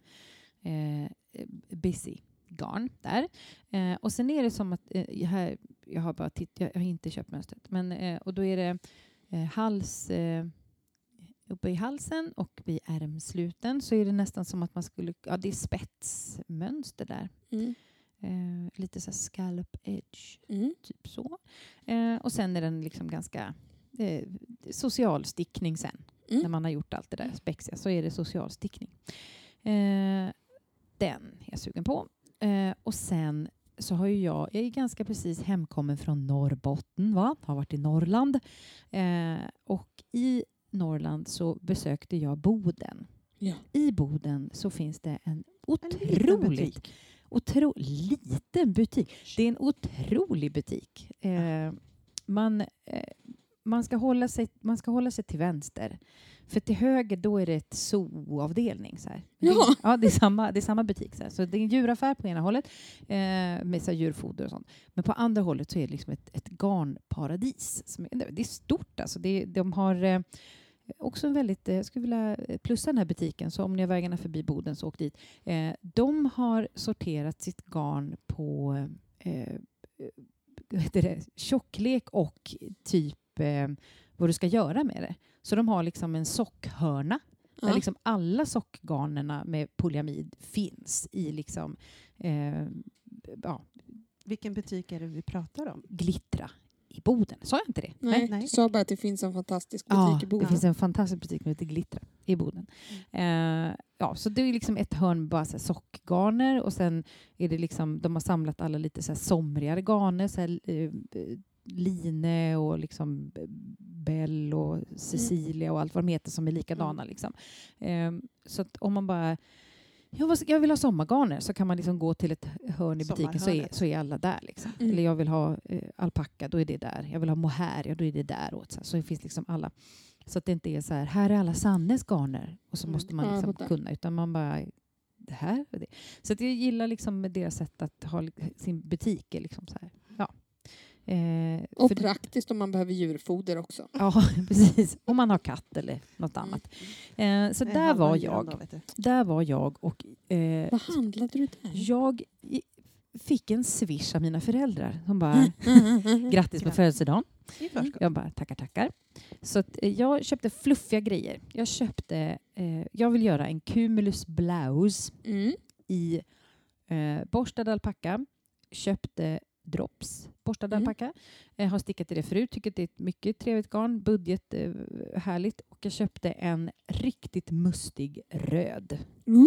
busy garn där. Och sen är det som att jag har inte köpt mönstret. Men, och då är det hals uppe i halsen och vid ärmsluten så är det nästan som att man skulle... Ja, det är spetsmönster där. Lite så här scallop edge. Typ så. Och sen är den liksom ganska socialstickning sen. När man har gjort allt det där spexiga så är det socialstickning. Den är jag sugen på. Och sen så har ju jag är ganska precis hemkommen från Norrbotten, har varit i Norrland. Och i Norrland så besökte jag Boden. Ja. I Boden så finns det en liten butik. Det är en otrolig butik. Man ska hålla sig till vänster. För till höger då är det ett zoo-avdelning. Så här. Ja, det är samma butik. Så här. Så det är en djuraffär på ena hållet med så här, djurfoder och sånt. Men på andra hållet så är det liksom ett garnparadis. Det är stort alltså. De har också en väldigt... Jag skulle vilja plussa den här butiken. Så om ni har vägarna förbi Boden så åk dit. De har sorterat sitt garn på tjocklek och typ vad du ska göra med det. Så de har liksom en sockhörna där liksom alla sockgarnerna med polyamid finns i liksom Vilken butik är det vi pratar om? Glittra i i Boden. Sa jag inte det? Nej, du sa bara att det finns en fantastisk butik i Boden. Det finns en fantastisk butik som heter Glittra i Boden. Så det är liksom ett hörn bara så här, sockgarner och sen är det liksom, de har samlat alla lite så här somrigare garner, så här, Line och liksom Bell och Cecilia och allt vad de heter som är likadana. Liksom. Så att om man bara jag vill ha sommargarner, så kan man liksom gå till ett hörn i butiken så är alla där. Liksom. Eller jag vill ha alpacka, då är det där. Jag vill ha mohair, då är det där. Och så det finns liksom alla. Så att det inte är så här är alla Sannes garner. Och så måste man liksom kunna. Utan man bara, det här och det. Så att jag gillar liksom deras sätt att ha sin butik. Liksom så här. Ja. Och praktiskt om man behöver djurfoder också. Ja, precis. Om man har katt eller något annat. Så där var jag. Och, vad handlade du där? Jag fick en swish av mina föräldrar. De bara, grattis på födelsedagen. Jag bara, tackar. Så att, jag köpte fluffiga grejer. Jag vill göra en cumulus blouse i borstad alpacka. Köpte drops, borstad alpacka. Jag har stickat i det förut. Tycker att det är ett mycket trevligt garn. Budget, härligt. Och jag köpte en riktigt mustig röd.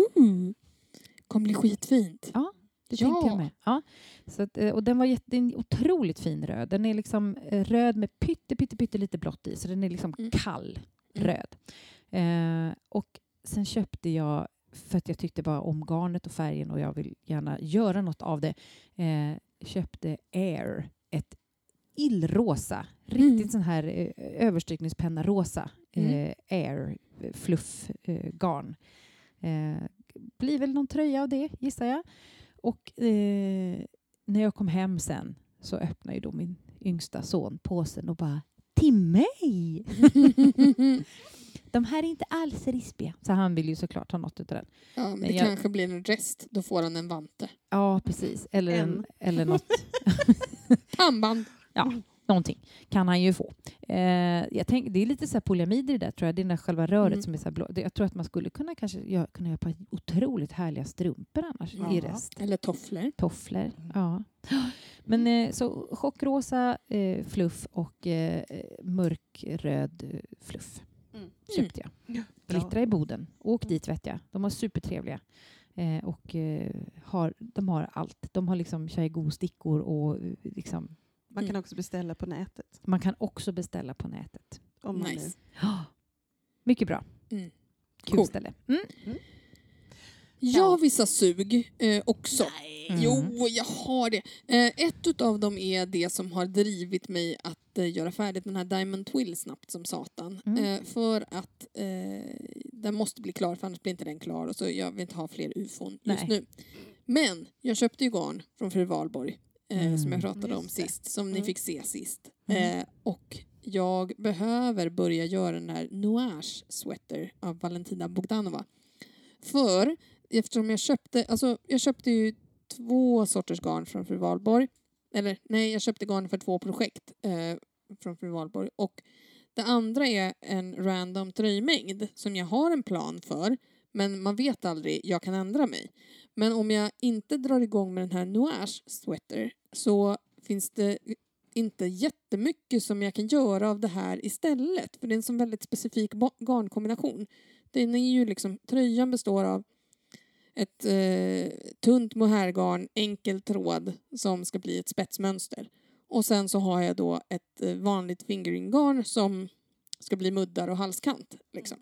Kommer bli skitfint. Ja, det tänkte jag med. Ja. Så att, och den var en otroligt fin röd. Den är liksom röd med pytte lite blått i. Så den är liksom kall röd. Och sen köpte jag, för att jag tyckte bara om garnet och färgen och jag vill gärna göra något av det, köpte Air, ett illrosa, riktigt sån här överstrykningspenna rosa Air fluff garn. Blir väl någon tröja av det, gissar jag. Och när jag kom hem sen så öppnade ju då min yngsta son påsen och bara, till mig! De här är inte alls rispiga. Så han vill ju såklart ha något utav den. Ja, men det kanske blir en rest. Då får han en vante. Ja, precis. Eller något. Pannband. Ja, någonting kan han ju få. Jag tänker, det är lite så här polyamid i det där, tror jag. Det är den där själva röret som är så här blå. Jag tror att man skulle kunna kanske kunna göra på otroligt härliga strumpor annars i rest. Eller tofflor. Ja. Men så chockrosa fluff och mörkröd fluff. Köpte jag. Glittra i Boden. Åk dit, vet jag. De var supertrevliga. Och de har allt. De har liksom tjejgo-stickor och liksom... Man kan också beställa på nätet. Om man nice. Mycket bra. Kul ställe. Jag har vissa sug också. Jo, jag har det. Ett av dem är det som har drivit mig att göra färdigt den här Diamond Twill snabbt som satan. För att den måste bli klar, för annars blir inte den klar. Och så jag vill inte ha fler ufon just nu. Men jag köpte ju garn från fru Valborg som jag pratade om sist. Som ni fick se sist. Och jag behöver börja göra den här Nuage sweater av Valentina Bogdanova. För eftersom jag köpte ju 2 sorters garn från fru Valborg. Eller nej, jag köpte garn för 2 projekt från fru Valborg. Och det andra är en random tröjmängd som jag har en plan för. Men man vet aldrig, jag kan ändra mig. Men om jag inte drar igång med den här Nuage sweater så finns det inte jättemycket som jag kan göra av det här istället. För det är en sån väldigt specifik garnkombination. Den är ju liksom, tröjan består av ett tunt mohairgarn, enkel tråd som ska bli ett spetsmönster. Och sen så har jag då ett vanligt fingeringgarn som ska bli muddar och halskant. Liksom.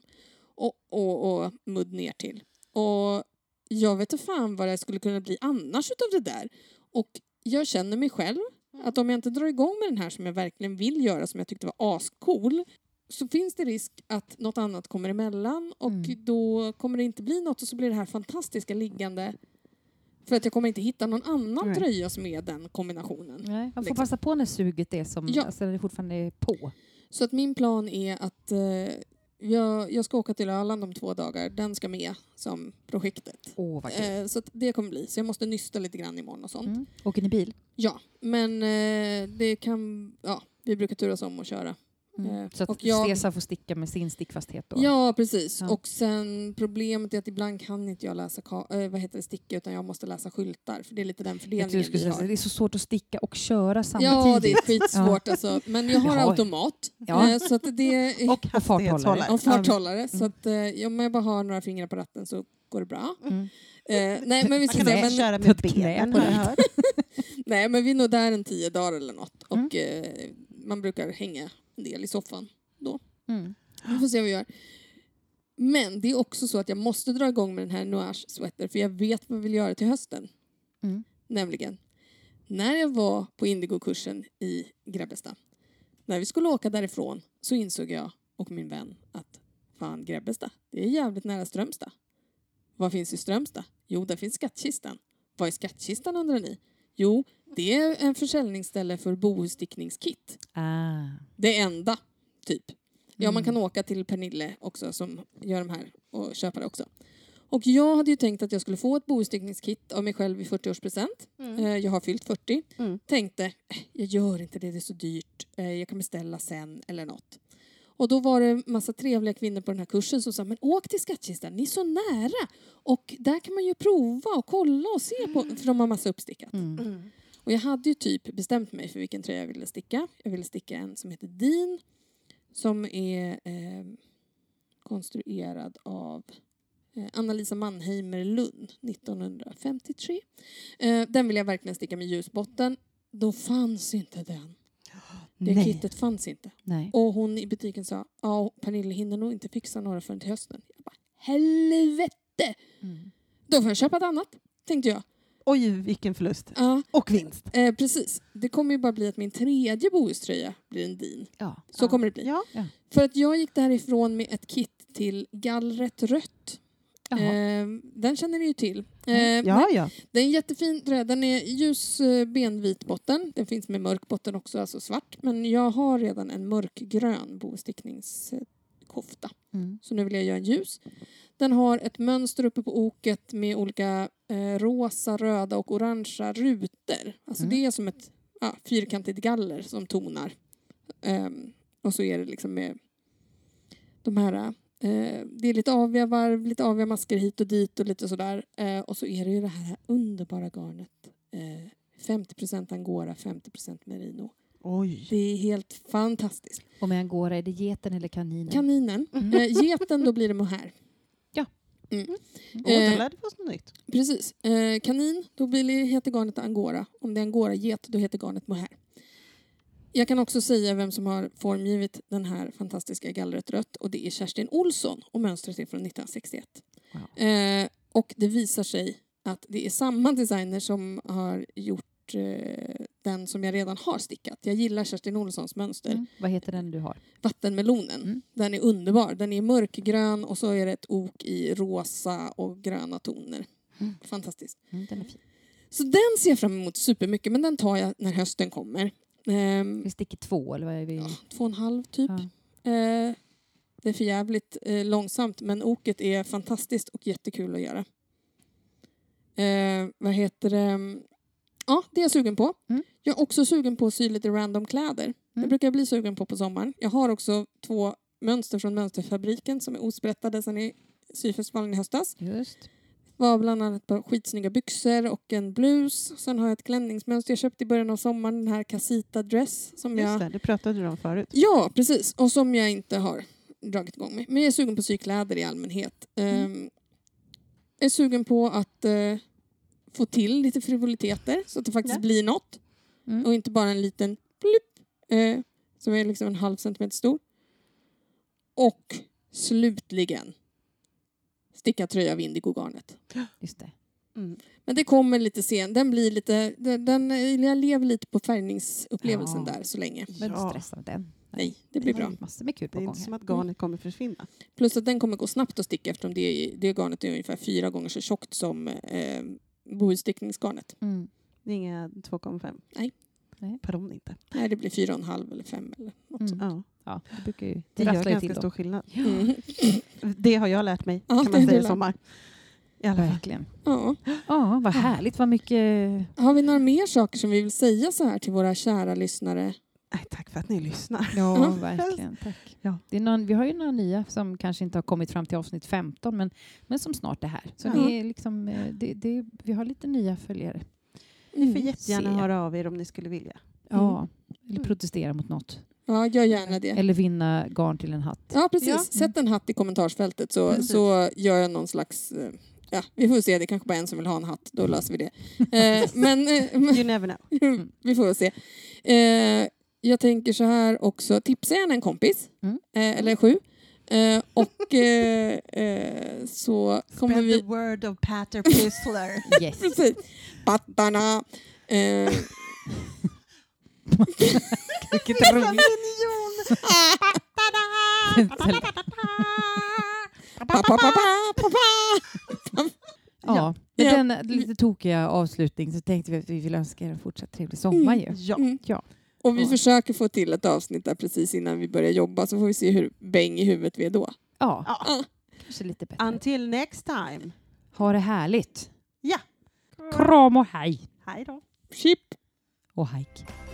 Och mudd ner till. Och jag vet inte fan vad det skulle kunna bli annars utav det där. Och jag känner mig själv att om jag inte drar igång med den här som jag verkligen vill göra, som jag tyckte var ascool, så finns det risk att något annat kommer emellan och då kommer det inte bli något och så blir det här fantastiska liggande. För att jag kommer inte hitta någon annan tröja som är den kombinationen. Nej, man får passa på när suget är som alltså, det är fortfarande på. Så att min plan är att jag ska åka till Öland om 2 dagar. Den ska med som projektet. Så att det kommer bli. Så jag måste nysta lite grann imorgon och sånt. Åker ni bil? Ja, men det kan... Ja, vi brukar turas om att köra. Så att Cesar får sticka med sin stickfasthet då? Ja, precis. Ja. Och sen problemet är att ibland kan inte jag läsa sticka, utan jag måste läsa skyltar. För det är lite den fördelningen vi har. Det är så svårt att sticka och köra samtidigt. Ja, det är skitsvårt alltså. Men jag har automat. Så att det och farthållare. Och farthållare. Så att om jag bara har några fingrar på ratten så går det bra. Nej, men vi ska köra med benen på det här. Nej, men vi är nog där en 10 dagar eller något. Och man brukar hänga en del i soffan då. Vi får se vad vi gör. Men det är också så att jag måste dra igång med den här Nuage sweater, för jag vet vad jag vill göra till hösten. Nämligen, när jag var på Indigo-kursen i Grebbestad, när vi skulle åka därifrån, så insåg jag och min vän att fan, Grebbestad, det är jävligt nära Strömstad. Vad finns i Strömstad? Jo, där finns Skattkistan. Vad är Skattkistan, undrar ni? Jo, det är en försäljningsställe för bohusstickningskit. Det enda, typ. Ja, man kan åka till Pernille också som gör de här och köpa det också. Och jag hade ju tänkt att jag skulle få ett bohusstickningskit av mig själv i 40-årspresent. Jag har fyllt 40. Tänkte, jag gör inte det är så dyrt. Jag kan beställa sen eller något. Och då var det massa trevliga kvinnor på den här kursen som sa, men åk till Skattkistan, ni är så nära. Och där kan man ju prova och kolla och se på, för de har massa uppstickat. Och jag hade ju typ bestämt mig för vilken tröja jag ville sticka. Jag ville sticka en som heter Dean, som är konstruerad av Anna-Lisa Mannheimer Lund 1953. Den vill jag verkligen sticka med ljusbotten. Då fanns inte den. Det kittet fanns inte. Nej. Och hon i butiken sa, Pernille hinner nog inte fixa några förrän till hösten. Jag bara, helvete! Då får jag köpa ett annat, tänkte jag. Oj, vilken förlust. Och vinst. Precis. Det kommer ju bara bli att min 3:e bohuströja blir en Dean. Ja. Så kommer det bli. Ja. För att jag gick därifrån med ett kit till gallret rött. Den känner ni ju till. Ja. Det är en jättefin tröja. Den är ljus benvit botten. Den finns med mörk botten också, alltså svart. Men jag har redan en mörkgrön bostickningskofta. Så nu vill jag göra en ljus. Den har ett mönster uppe på oket med olika rosa, röda och orangea rutor. Alltså det är som ett fyrkantigt galler som tonar. Och så är det liksom med de här... det är lite aviga varv, lite aviga masker hit och dit och lite sådär. Och så är det ju det här underbara garnet. 50% angora, 50% merino. Oj. Det är helt fantastiskt. Och med angora, är det geten eller kaninen? Kaninen. Geten, då blir det mohair. Ja. Då lärde vi oss något nytt. Precis. Kanin, då heter garnet angora. Om det är angora-get, då heter garnet mohair. Jag kan också säga vem som har formgivit den här fantastiska gallret rött. Och det är Kerstin Olsson. Och mönstret är från 1961. Wow. Och det visar sig att det är samma designer som har gjort den som jag redan har stickat. Jag gillar Kerstin Olssons mönster. Vad heter den du har? Vattenmelonen. Den är underbar. Den är mörkgrön och så är det ett ok i rosa och gröna toner. Fantastiskt. Den är fin. Så den ser jag fram emot supermycket. Men den tar jag när hösten kommer. Vi sticker 2 eller vad är vi? 2,5 typ. Det är för jävligt långsamt, men oket är fantastiskt och jättekul att göra. Vad heter det? Ja, det är jag sugen på. Jag är också sugen på att sy lite random kläder. Det brukar jag bli sugen på sommaren. Jag har också 2 mönster från Mönsterfabriken som är osprättade sedan i syfestivalen i höstas. Just. Var bland annat på skitsnygga byxor och en blus. Sen har jag ett klänningsmönster jag köpte i början av sommaren. Den här Casita dress. Som Just det pratade du om förut. Ja, precis. Och som jag inte har dragit igång med. Men jag är sugen på sykläder i allmänhet. Jag är sugen på att få till lite frivoliteter. Så att det faktiskt blir något. Och inte bara en liten plupp. Som är liksom 1/2 centimeter stor. Och slutligen sticka tröja av Indigo-garnet. Just det. Men det kommer lite sen. Den blir lite... jag lever lite på färgningsupplevelsen där så länge. Men stressa med den. Nej, det blir bra. Massor med kul på det är gång inte som att garnet kommer försvinna. Plus att den kommer gå snabbt att sticka eftersom det garnet är ungefär 4 gånger så tjockt som bohusstickningsgarnet. Det är inga 2,5. Nej. Pardon inte. Nej, det blir 4,5 eller 5 eller något sånt. Ja, det brukar ju det gör ganska stor skillnad. Det har jag lärt mig, kan man säga i sommar. Verkligen. Ja, vad härligt, vad mycket... Har vi några mer saker som vi vill säga så här till våra kära lyssnare? Tack för att ni lyssnar. Ja, verkligen. Tack. Ja. Det är vi har ju några nya som kanske inte har kommit fram till avsnitt 15, men som snart är här. Så ni är liksom, vi har lite nya följare. Ni får jättegärna höra av er om ni skulle vilja. Ja, eller protestera mot något. Ja, gör gärna det. Eller vinna garn till en hatt. Ja, precis. Ja. Sätt en hatt i kommentarsfältet så gör jag någon slags... Ja, vi får se. Det kanske bara en som vill ha en hatt. Då löser vi det. Men you never know. Vi får se. Jag tänker så här också. Tipsa gärna en kompis. Eller 7. Och så kommer Spread vi... the word of Pater Pistler. Yes. Precis. Pattarna. Vilket roligt. Ja, med den lite tokiga avslutning så tänkte vi att vi vill önska er en fortsatt trevlig sommar ju. Ja. Och vi försöker få till ett avsnitt där precis innan vi börjar jobba, så får vi se hur bäng i huvudet vi är då. Ja. Kanske lite bättre. Until next time. Ha det härligt. Ja. Kram och hej. Hej då. Chip. Och hejk.